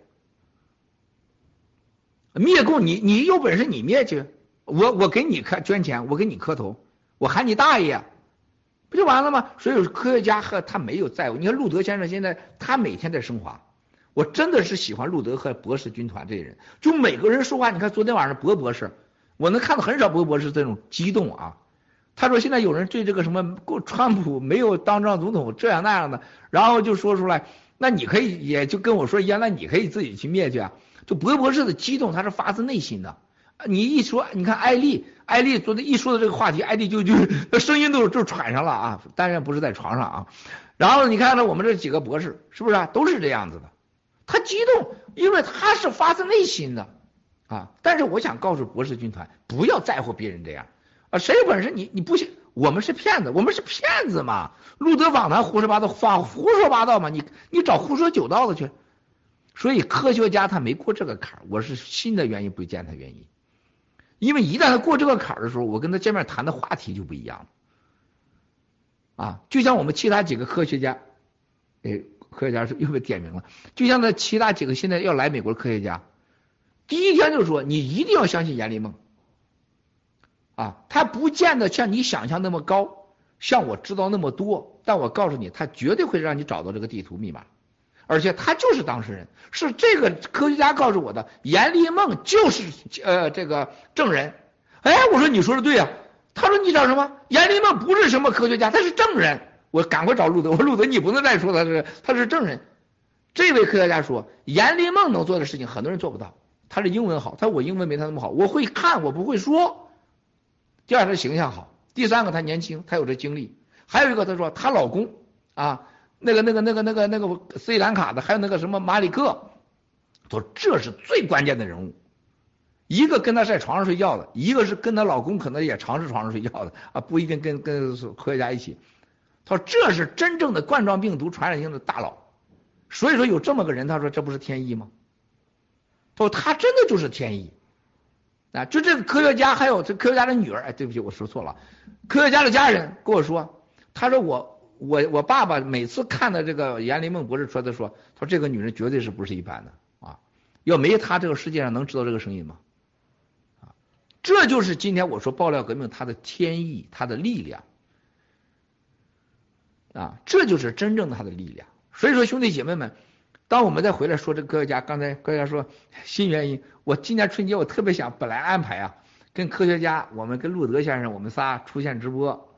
灭共你有本事你灭去，我给你捐钱，我给你磕头，我喊你大爷，不就完了吗？所以科学家和他没有在乎。你看路德先生现在他每天在升华。我真的是喜欢路德和博士军团这些人，就每个人说话，你看昨天晚上博士，我能看到很少博士这种激动啊。他说现在有人对这个什么川普没有当上总统这样那样的，然后就说出来，那你可以也就跟我说一样，那你可以自己去灭去啊。就博士的激动，他是发自内心的。你一说，你看艾丽昨天一说的这个话题，艾丽就声音就喘上了啊，当然不是在床上啊。然后你看呢，我们这几个博士是不是啊，都是这样子的。他激动，因为他是发自内心的啊。但是我想告诉博士军团，不要在乎别人这样啊。谁有本事你不行，我们是骗子，我们是骗子嘛。路德访谈胡说八道嘛，你找胡说九道的去。所以科学家他没过这个坎儿，我是新的原因不见他原因。因为一旦他过这个坎儿的时候，我跟他见面谈的话题就不一样了啊。就像我们其他几个科学家，科学家是又被点名了，就像那其他几个现在要来美国的科学家，第一天就说你一定要相信阎立梦啊，他不见得像你想象那么高，像我知道那么多，但我告诉你，他绝对会让你找到这个地图密码，而且他就是当事人，是这个科学家告诉我的，阎立梦就是这个证人。哎，我说你说的对啊，他说你找什么？阎立梦不是什么科学家，他是证人。我赶快找路德，我说路德你不能再说他是证人。这位科学家说阎立梦能做的事情很多人做不到，他是英文好，他说我英文没他那么好，我会看我不会说。第二他形象好，第三个他年轻，他有这经历，还有一个他说她老公啊那个斯里兰卡的，还有那个什么马里克，说这是最关键的人物，一个跟他在床上睡觉的，一个是跟他老公可能也尝试床上睡觉的啊，不一定跟科学家一起。他说这是真正的冠状病毒传染性的大佬，所以说有这么个人，他说这不是天意吗？他说他真的就是天意啊！就这个科学家，还有这科学家的女儿，哎，对不起，我说错了，科学家的家人跟我说，他说我爸爸每次看到这个阎立梦博士说，他说这个女人绝对是不是一般的啊？要没他，这个世界上能知道这个声音吗？啊，这就是今天我说爆料革命它的天意，它的力量。啊，这就是真正的他的力量。所以说兄弟姐妹们，当我们再回来说这个科学家，刚才科学家说新原因，我今年春节我特别想本来安排啊，跟科学家我们跟路德先生我们仨出现直播，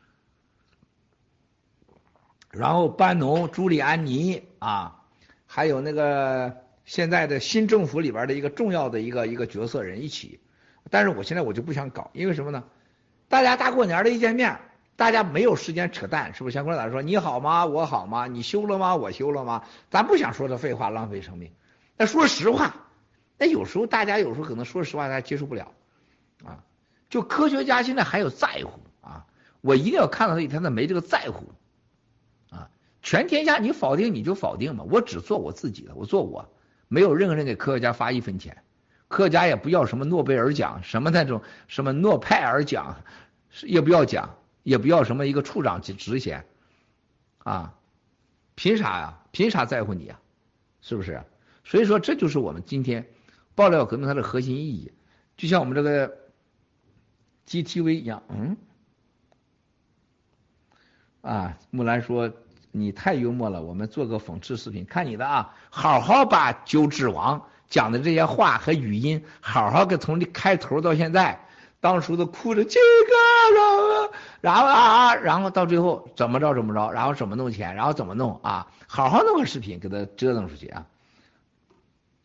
然后班农、朱利安尼啊，还有那个现在的新政府里边的一个重要的一个角色人一起，但是我现在我就不想搞，因为什么呢？大家大过年的一见面。大家没有时间扯淡，是不是？像共产党说你好吗？我好吗？你修了吗？我修了吗？咱不想说这废话，浪费生命。那说实话，那有时候大家有时候可能说实话，大家接受不了啊。就科学家现在还有在乎啊，我一定要看到他那没这个在乎啊。全天下你否定你就否定嘛，我只做我自己的，我做我，没有任何人给科学家发1分钱，科学家也不要什么诺贝尔奖，什么那种什么诺派尔奖，也不要奖。也不要什么一个处长职衔啊，凭啥呀？凭啥在乎你啊？是不是？所以说这就是我们今天爆料革命它的核心意义，就像我们这个 GTV 一样，木兰说你太幽默了，我们做个讽刺视频，看你的啊，好好把九指王讲的这些话和语音，好好给从开头到现在。当初都哭着这个，然后到最后怎么着，然后怎么弄钱，然后怎么弄啊？好好弄个视频给他折腾出去啊！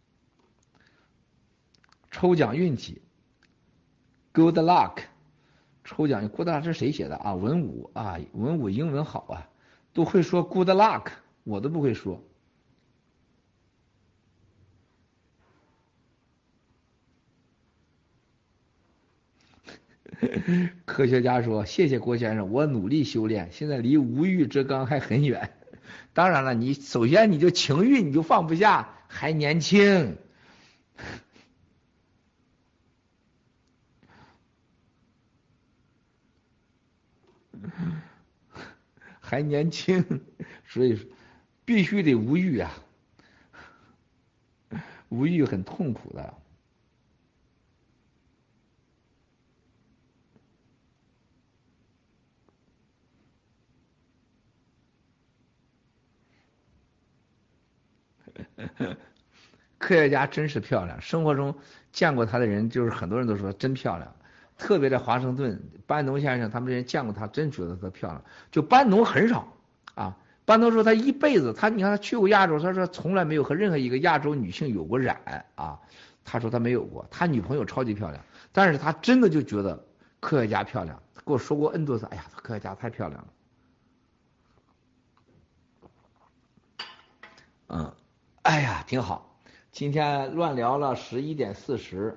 抽奖运气 ，Good luck， 抽奖郭大这是谁写的啊？文武啊，文武英文好啊，都会说 good luck， 我都不会说。科学家说：“谢谢郭先生，我努力修炼，现在离无欲之刚还很远。当然了，你首先你就情欲你就放不下，还年轻。还年轻，所以说必须得无欲啊，无欲很痛苦的。”科学家真是漂亮，生活中见过她的人，就是很多人都说真漂亮。特别在华盛顿，班农先生他们这人见过她，真觉得她漂亮。就班农很少啊，班农说他一辈子，你看他去过亚洲，他说从来没有和任何一个亚洲女性有过染啊，他说他没有过，他女朋友超级漂亮，但是他真的就觉得科学家漂亮，跟我说过 N 多次，哎呀，科学家太漂亮了。哎呀，挺好。今天乱聊了11:40，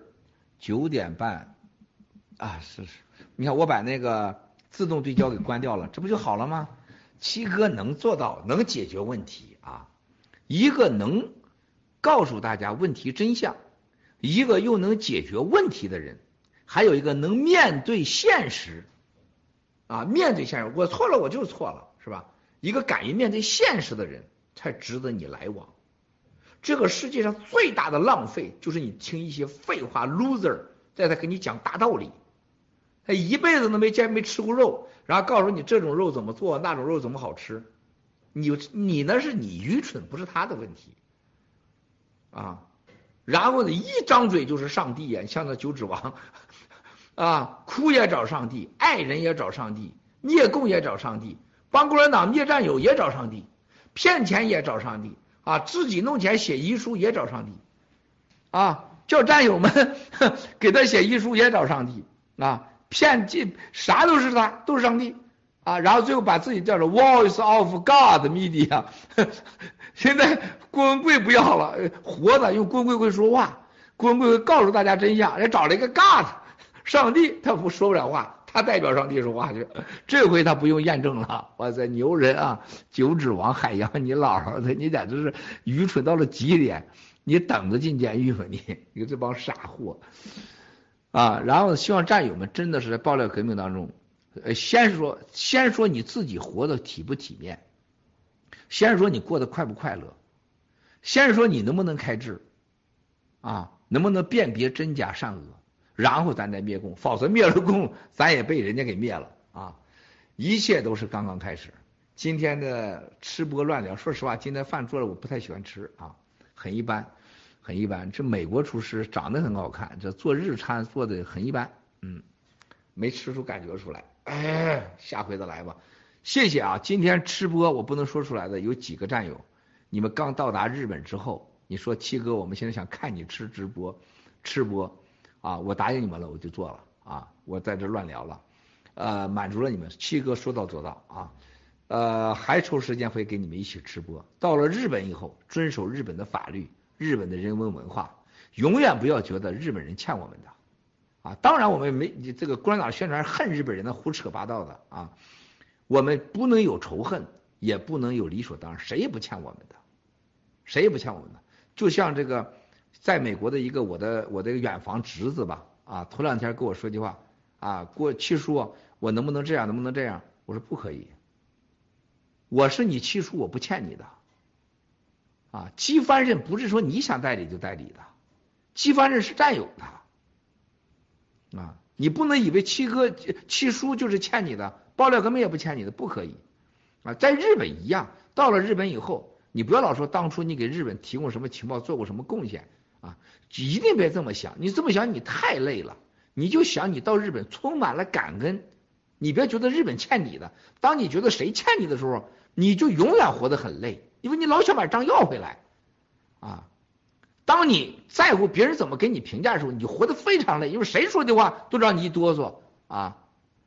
9点半啊，是，你看我把那个自动对焦给关掉了，这不就好了吗？七哥能做到，能解决问题啊，一个能告诉大家问题真相，一个又能解决问题的人，还有一个能面对现实啊，面对现实，我错了我就错了，是吧？一个敢于面对现实的人才值得你来往。这个世界上最大的浪费就是你听一些废话 loser 在这给你讲大道理，他一辈子都没吃过肉，然后告诉你这种肉怎么做，那种肉怎么好吃，你那是你愚蠢，不是他的问题啊。然后呢，一张嘴就是上帝呀，像那九指王啊，哭也找上帝，爱人也找上帝，灭共也找上帝，帮共产党灭战友也找上帝，骗钱也找上帝啊，自己弄钱写遗书也找上帝啊，叫战友们给他写遗书也找上帝啊，骗进啥都是他，都是上帝啊，然后最后把自己叫做 Voice of God Media， 现在郭文贵不要了，活的用郭文贵会说话，郭文贵会告诉大家真相，人找了一个 God 上帝，他不说不了话。他代表上帝说话去，这回他不用验证了。哇塞，牛人啊，九指王海洋，你老的，你简直是愚蠢到了极点，你等着进监狱吧你这帮傻货啊！然后希望战友们真的是在爆料革命当中，先说你自己活得体不体面，先说你过得快不快乐，先说你能不能开智啊，能不能辨别真假善恶。然后咱再灭共，否则灭了共，咱也被人家给灭了啊！一切都是刚刚开始。今天的吃播乱聊，说实话，今天饭做的我不太喜欢吃啊，很一般，很一般。这美国厨师长得很好看，这做日餐做的很一般，没吃出感觉出来。哎，下回再来吧。谢谢啊！今天吃播我不能说出来的有几个战友，你们刚到达日本之后，你说七哥，我们现在想看你吃播。啊，我答应你们了，我就做了啊，我在这乱聊了，满足了你们，七哥说到做到啊，还抽时间会给你们一起吃播。到了日本以后，遵守日本的法律，日本的人文化，永远不要觉得日本人欠我们的啊。当然我们没这个共产党宣传恨日本人的胡扯八道的啊，我们不能有仇恨，也不能有理所当然，谁也不欠我们的，谁也不欠我们的，就像这个。在美国的一个我的远房侄子吧，啊，头两天跟我说句话，啊，七叔，我能不能这样，能不能这样？我说不可以，我是你七叔，我不欠你的，啊，机翻身不是说你想代理就代理的，机翻身是占有的，啊，你不能以为七叔就是欠你的，爆料革命也不欠你的，不可以，啊，在日本一样，到了日本以后，你不要老说当初你给日本提供什么情报，做过什么贡献。啊，一定别这么想，你这么想你太累了，你就想你到日本充满了感恩，你别觉得日本欠你的，当你觉得谁欠你的时候，你就永远活得很累，因为你老想把账要回来啊。当你在乎别人怎么给你评价的时候，你活得非常累，因为谁说的话都让你一哆嗦啊。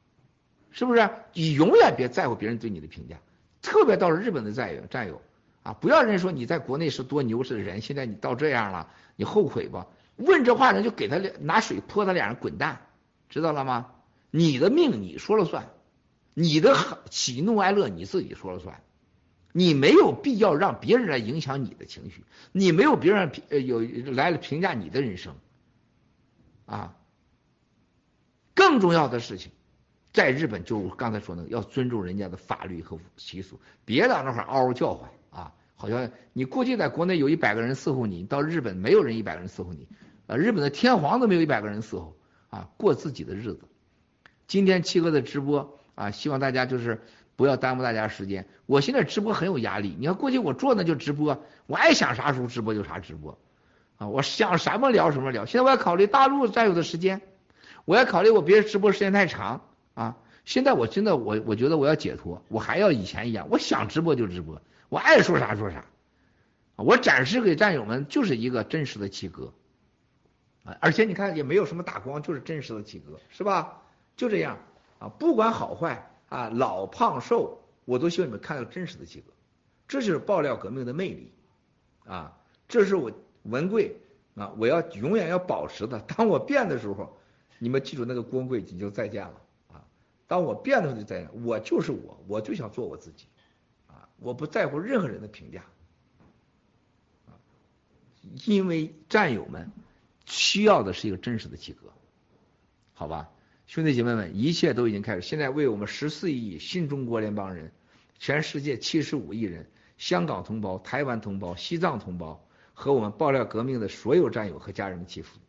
是不是？你永远别在乎别人对你的评价，特别到了日本的战友啊，不要人说你在国内是多牛是人，现在你到这样了，你后悔吧？问这话人就给他拿水泼他脸上滚蛋，知道了吗？你的命你说了算，你的喜怒哀乐你自己说了算，你没有必要让别人来影响你的情绪，你没有别人来评价你的人生啊。更重要的事情，在日本就刚才说的，要尊重人家的法律和习俗，别到那会儿嗷嗷叫唤啊！好像你过去在国内有100个人伺候你，到日本没有人100个人伺候你，日本的天皇都没有100个人伺候啊，过自己的日子。今天七哥的直播啊，希望大家就是不要耽误大家时间。我现在直播很有压力，你看过去我坐那就直播，我爱想啥时候直播就啥直播啊，我想什么聊什么聊。现在我要考虑大陆占有的时间，我要考虑我别人直播时间太长啊。现在我真的我觉得我要解脱，我还要以前一样，我想直播就直播，我爱说啥说啥，我展示给战友们就是一个真实的七哥啊，而且你看也没有什么打光，就是真实的七哥，是吧？就这样啊，不管好坏啊，老胖瘦，我都希望你们看到真实的七哥，这就是爆料革命的魅力啊，这是我文贵啊，我要永远要保持的。当我变的时候，你们记住那个光贵你就再见了啊！当我变的时候就再见，我就是我就想做我自己啊，我不在乎任何人的评价啊，因为战友们需要的是一个真实的七哥，好吧？兄弟姐妹们，一切都已经开始。现在为我们14亿新中国联邦人，全世界75亿人，香港同胞、台湾同胞、西藏同胞和我们爆料革命的所有战友和家人们祈福。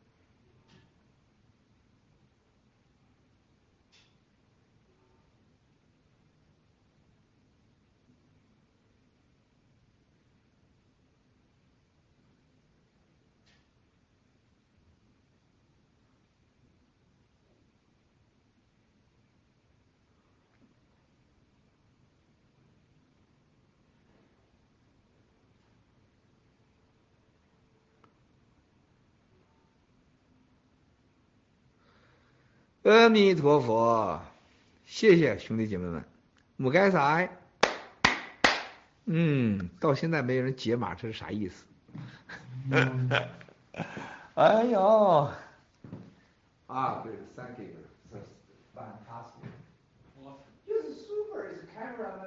阿弥陀佛，谢谢兄弟姐妹们，母该塞。到现在没有人解码，这是啥意思？哎呦，啊，对 ，thank you， fantastic， 就是 super is camera。